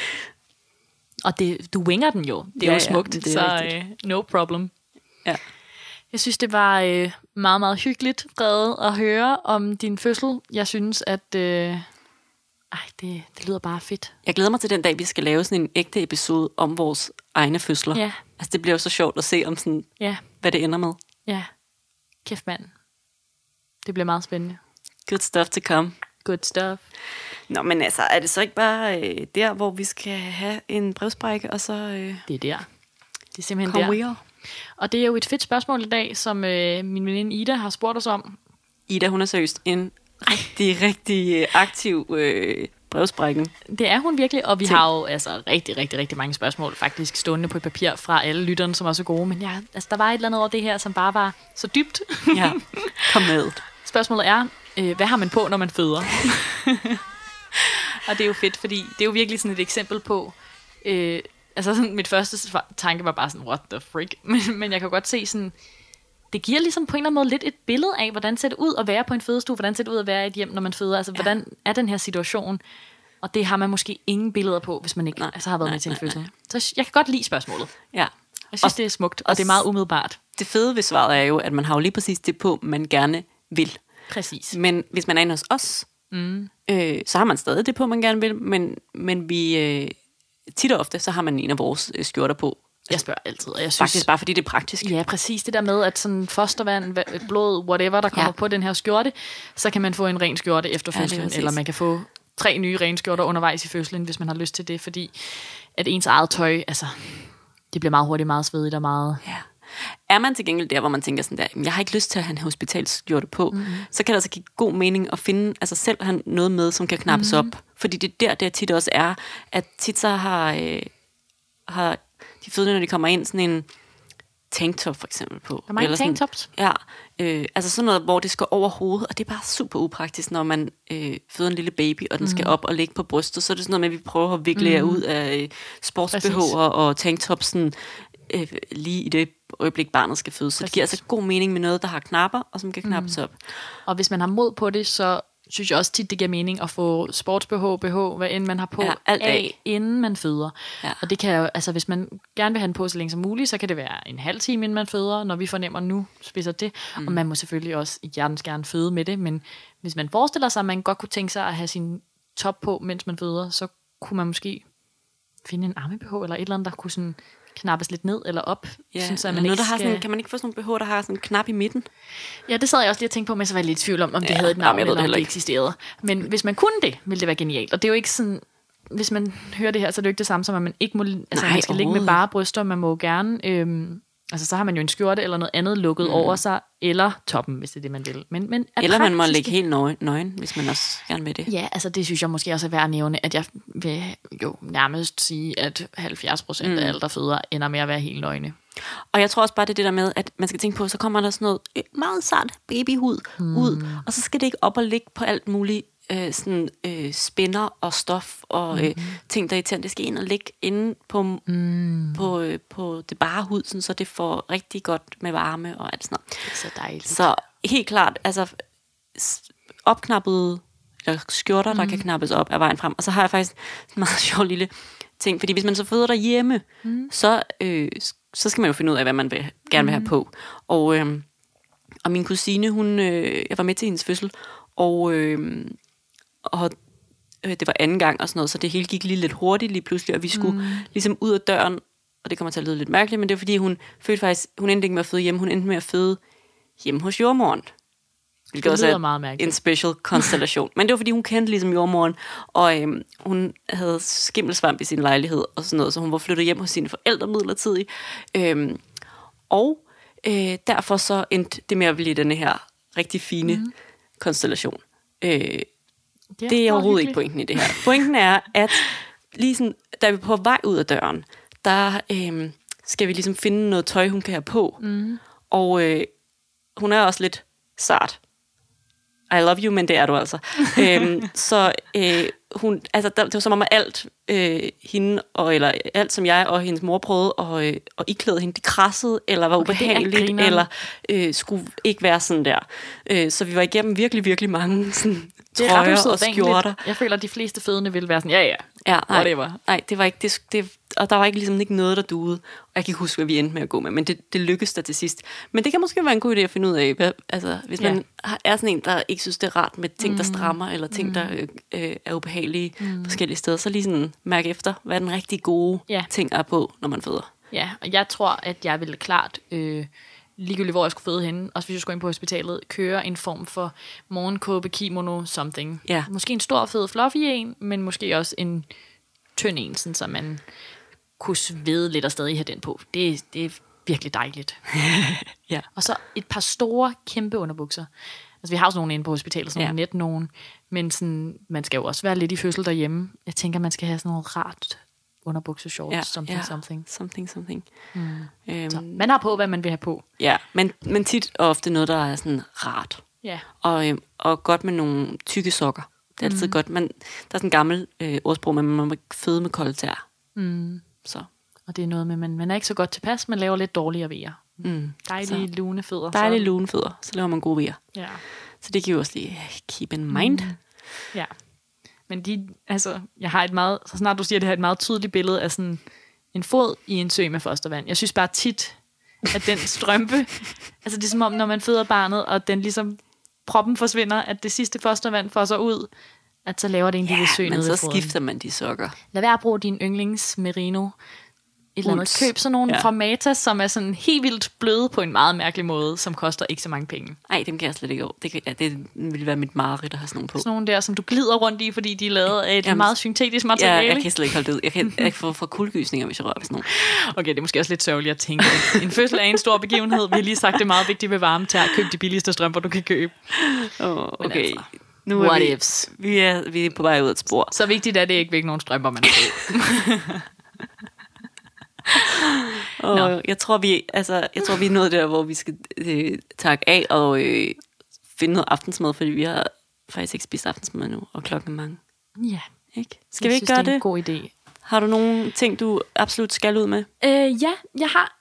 Og det, du winger den jo. Det er ja, jo smukt, ja, det er så øh, no problem. Ja. Jeg synes, det var øh, meget, meget hyggeligt, Frede, at høre om din fødsel. Jeg synes, at... Øh, Ej, det, det lyder bare fedt. Jeg glæder mig til den dag, vi skal lave sådan en ægte episode om vores egne fødsler. Ja. Altså, det bliver jo så sjovt at se, om sådan, ja. hvad det ender med. Ja. Kæft mand. Det bliver meget spændende. Good stuff to come. Good stuff. Nå, men altså, er det så ikke bare øh, der, hvor vi skal have en brevsprække, og så... Øh, det er der. Det er simpelthen der. We're. Og det er jo et fedt spørgsmål i dag, som øh, min veninde Ida har spurgt os om. Ida, hun er seriøst en rigtig, rigtig aktiv øh, brevsprækken. Det er hun virkelig, og vi Tænk. har jo altså rigtig, rigtig, rigtig mange spørgsmål faktisk stående på et papir fra alle lytterne, som også er gode. Men ja, altså, der var et eller andet over det her, som bare var så dybt. Ja, kom med. Spørgsmålet er, øh, hvad har man på, når man føder? Og det er jo fedt, fordi det er jo virkelig sådan et eksempel på... Øh, altså sådan, mit første tanke var bare sådan, what the frick? Men, men jeg kan godt se sådan... Det giver ligesom på en eller anden måde lidt et billede af, hvordan ser det ud at være på en fødestue, hvordan ser det ud at være i et hjem, når man føder, altså ja. Hvordan er den her situation, og det har man måske ingen billeder på, hvis man ikke nej, altså, har været nej, med til en fødsel. Så jeg kan godt lide spørgsmålet. Ja. Jeg synes, og, det er smukt, og, og det er meget umiddelbart. Det fede ved svaret er jo, at man har jo lige præcis det på, man gerne vil. Præcis. Men hvis man er inde hos os, mm. øh, så har man stadig det på, man gerne vil, men, men vi øh, tit og ofte, så har man en af vores øh, skjorter på. Jeg spørger altid, og jeg synes... Faktisk bare fordi det er praktisk. Ja, præcis. Det der med, at sådan fostervand, blod, whatever, der kommer ja. på den her skjorte, så kan man få en ren skjorte efter fødslen, ja, eller man kan få tre nye rene skjorter undervejs i fødslen, hvis man har lyst til det, fordi at ens eget tøj, altså, det bliver meget hurtigt, meget svedigt og meget... Ja. Er man til gengæld der, hvor man tænker sådan der, jeg har ikke lyst til at have en hospitalsskjorte på, mm-hmm. så kan det altså give god mening at finde, altså selv have noget med, som kan knappes mm-hmm. op. Fordi det er der, der tit også er, at tit så har... Øh, har de fødende, når de kommer ind, sådan en tanktop for eksempel på. Der er mange tanktops? Ja, øh, altså sådan noget, hvor det skal over hovedet, og det er bare super upraktisk, når man øh, føder en lille baby, og den mm. skal op og ligge på brystet, så er det sådan noget med, at vi prøver at vikle jer mm. ud af øh, sports-B H'er og tanktops sådan, øh, lige i det øjeblik, barnet skal fødes. Så Præcis. Det giver altså god mening med noget, der har knapper, og som kan knappes mm. op. Og hvis man har mod på det, så synes jeg også tit, det giver mening at få sports-B H, B H, hvad end man har på, ja, alt af, af, inden man føder. Ja. Og det kan jo, altså hvis man gerne vil have den på så længe som muligt, så kan det være en halv time, inden man føder, når vi fornemmer, nu spiser det. Mm. Og man må selvfølgelig også i hjertens gerne føde med det, men hvis man forestiller sig, at man godt kunne tænke sig at have sin top på, mens man føder, så kunne man måske finde en arme-B H, eller et eller andet, der kunne sådan knappes lidt ned eller op. Ja, synes, at man noget, ikke der har skal... sådan, kan man ikke få sådan en B H, der har sådan en knap i midten? Ja, det sad jeg også lige og tænkte på, men så var jeg lidt i tvivl om, om det ja, havde et navn, eller om det eksisterede. Men hvis man kunne det, ville det være genialt. Og det er jo ikke sådan, hvis man hører det her, så er det jo ikke det samme som, at man ikke må, altså Nej, man skal ligge med bare bryster, man må gerne, øhm, altså så har man jo en skjorte eller noget andet lukket mm. over sig, eller toppen, hvis det er det, man vil. Men, men eller man må ligge helt nøgen, nøgen, hvis man også gerne vil det. Ja, altså det synes jeg måske også er værd at nævne, at jeg vil jo nærmest sige, at halvfjerds procent mm. af alle, der føder, ender med at være helt nøgne. Og jeg tror også bare, det er det der med, at man skal tænke på, så kommer der sådan noget meget sart babyhud mm. ud, og så skal det ikke op og ligge på alt muligt øh, sådan, øh, spænder og stof og mm. øh, ting, der er irriterende. Det skal ind og ligge inde på, mm. på, øh, på det bare hud, sådan, så det får rigtig godt med varme og alt sådan noget. Det er så dejligt. Så helt klart, altså opknappede eller skjorter, mm. der kan knappes op, er vejen frem. Og så har jeg faktisk en meget sjov lille ting, fordi hvis man så føder derhjemme, mm. så, øh, så skal man jo finde ud af, hvad man vil, gerne vil have på. Og, øh, og min kusine, hun, øh, jeg var med til hendes fødsel, og, øh, og øh, det var anden gang og sådan noget, så det hele gik lige lidt hurtigt lige pludselig, og vi skulle mm. ligesom ud af døren, og det kommer til at lyde lidt mærkeligt, men det er fordi, hun fødte faktisk, hun endte ikke med at føde hjemme, hun endte med at føde hjemme hos jordmoren. Hvilket også er en special konstellation. Men det var fordi, hun kendte ligesom jordmoren, og øhm, hun havde skimmelsvamp i sin lejlighed og sådan noget, så hun var flyttet hjem hos sine forældre midlertidigt. Øhm, og øh, derfor så endte det med at blive denne her rigtig fine mm. konstellation. Øh, det, det er overhovedet ikke pointen i det her. Pointen er, at lige sådan, da vi er på vej ud af døren, der øh, skal vi ligesom finde noget tøj, hun kan have på. Mm. Og øh, hun er også lidt sart. I love you, men det er du altså. øhm, så øh, hun, altså, der, det var som om, at alt øh, hende, og, eller alt som jeg og hendes mor prøvede og, øh, og iklæde hende, de krassede, eller var okay, ubehageligt, eller øh, skulle ikke være sådan der. Øh, så vi var igennem virkelig, virkelig mange sådan, trøjer og skjorter. Jeg føler, at de fleste fødende ville være sådan, ja, ja, ja nej, whatever. Nej, det var ikke, det, det, og der var ikke, ligesom, ikke noget, der duede. Og jeg kan ikke huske, hvad vi endte med at gå med, men det, det lykkedes der til sidst. Men det kan måske være en god idé at finde ud af, hvad, altså, hvis man ja. er sådan en, der ikke synes, det er rart med ting, der strammer, eller ting, mm. der øh, er ubehagelige mm. forskellige steder, så lige sådan mærke efter, hvad den rigtig gode ja. ting er på, når man føder. Ja, og jeg tror, at jeg ville klart øh, ligegyldigt hvor jeg skulle føde henne, også hvis jeg skulle ind på hospitalet, køre en form for morgenkåbe, kimono, something. Ja. Måske en stor, fed, fluffy en, men måske også en tynd en, sådan, så man kunne svede lidt og stadig have den på. Det, det er virkelig dejligt. Ja. Og så et par store, kæmpe underbukser. Altså, vi har også nogle inde på hospitalet, sådan Ja. nogle net nogen, men sådan, man skal jo også være lidt i fødsel derhjemme. Jeg tænker, man skal have sådan noget rart underbukseshorts, Ja, something, ja. something. Something, something. Mm. Øhm, Så man har på, hvad man vil have på. ja, men, men tit og ofte noget, der er sådan rart. Ja. Og, øhm, og godt med nogle tykke sokker. Det er altid mm. godt. Man, der er sådan en gammel øh, ordsprog, men man må ikke føde med kolde tær. Mm. Så. Og det er noget med, man, man er ikke så godt tilpas, man laver lidt dårligere vejer. Mm. Dejlige lune fødder. Dejlige lune fødder, så laver man gode vejer. Ja. Så det kan vi også lige keep in mind. Mm. Ja. Men de, altså, jeg har et meget, så snart du siger, det har et meget tydeligt billede af sådan en fod i en sø med fostervand. Jeg synes bare tit, at den strømpe, altså det er som om, når man føder barnet, og den ligesom, proppen forsvinder, at det sidste fostervand får sig ud, at så laver det en Ja, lille sø men nede så ved foden. skifter man de sokker. Lad være at bruge din yndlings merino. Et eller andet. Uls. Køb sådan nogle Ja. ja. fra Matas, som er sådan helt vildt bløde på en meget mærkelig måde, som koster ikke så mange penge. Nej, dem kan jeg slet ikke over. Det, kan, ja, det ville være mit mareridt at have sådan nogle på. Sådan nogle der, som du glider rundt i, fordi de er lavet af et Jamen, meget syntetisk Ja, materiale. jeg kan slet ikke holde det ud. Jeg kan, jeg kan få, få kuldegysninger, hvis jeg rører ved sådan nogle. Okay, det er måske også lidt sørgeligt at tænke. En fødsel er en stor begivenhed. Vi har lige sagt, det er meget vigtigt ved varme tær. Køb de billigste strømper, du kan købe. Oh, okay, altså, nu er what vi, ifs? vi, er, vi er på vej ud af et spor. Så vigtigt er det ikke, hvilke nogle strømper man har på. Og jeg tror, vi, altså, jeg tror, vi er nået der, hvor vi skal øh, takke af og øh, finde noget aftensmad, fordi vi har faktisk ikke spist aftensmad nu, og klokken er mange. Ja. Ikke? Skal Jeg vi synes, ikke gøre det? det? er en god idé. Har du nogle ting, du absolut skal ud med? Øh, ja, jeg har...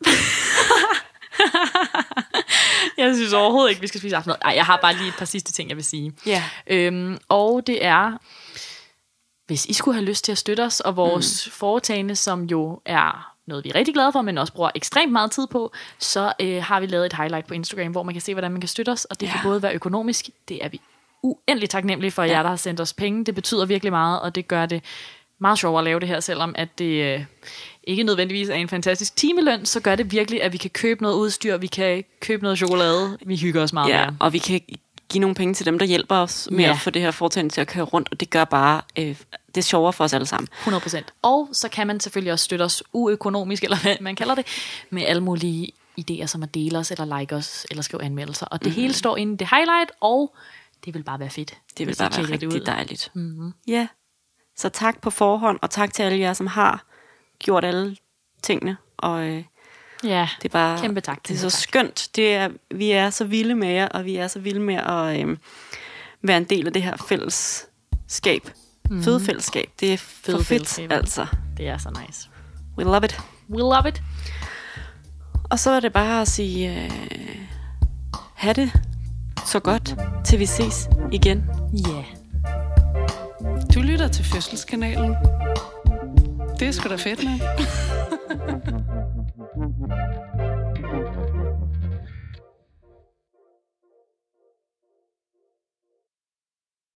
jeg synes overhovedet ikke, vi skal spise aftensmad. Nej, jeg har bare lige et par sidste ting, jeg vil sige. Ja. Øhm, og det er, hvis I skulle have lyst til at støtte os, og vores mm. foretagende, som jo er noget, vi er rigtig glade for, men også bruger ekstremt meget tid på, så øh, har vi lavet et highlight på Instagram, hvor man kan se, hvordan man kan støtte os, og det ja. kan både være økonomisk, det er vi uendelig taknemmelige for, ja. jer, der har sendt os penge. Det betyder virkelig meget, og det gør det meget sjovere at lave det her, selvom at det øh, ikke nødvendigvis er en fantastisk timeløn, så gør det virkelig, at vi kan købe noget udstyr, vi kan købe noget chokolade, vi hygger os meget Ja, mere. og vi kan give nogle penge til dem, der hjælper os med Ja. at få det her foretagende til at køre rundt, og det gør bare, øh, det er sjovere for os alle sammen. hundrede procent. Og så kan man selvfølgelig også støtte os uøkonomisk, eller hvad man kalder det, med alle mulige idéer, som at dele os, eller like os, eller skrive anmeldelser. Og det mm. hele står inde i det highlight, og det vil bare være fedt. Det vil hvis I bare være tjekker det rigtig ud. dejligt. Mm-hmm. Ja, så tak på forhånd, og tak til alle jer, som har gjort alle tingene. Og øh, Ja, det er bare, kæmpe tak. det er kæmpe så tak. skønt. Det er, vi er så vilde med jer, og vi er så vilde med at øh, være en del af det her fællesskab. Mm. Fødefællesskab. Det er for fedt, Fødefællesskab. altså. Det er så nice. We love it. We love it. Og så er det bare at sige, øh, ha' det så godt, til vi ses igen. Ja. Yeah. Du lytter til Fødselskanalen. Det er sgu da fedt, med.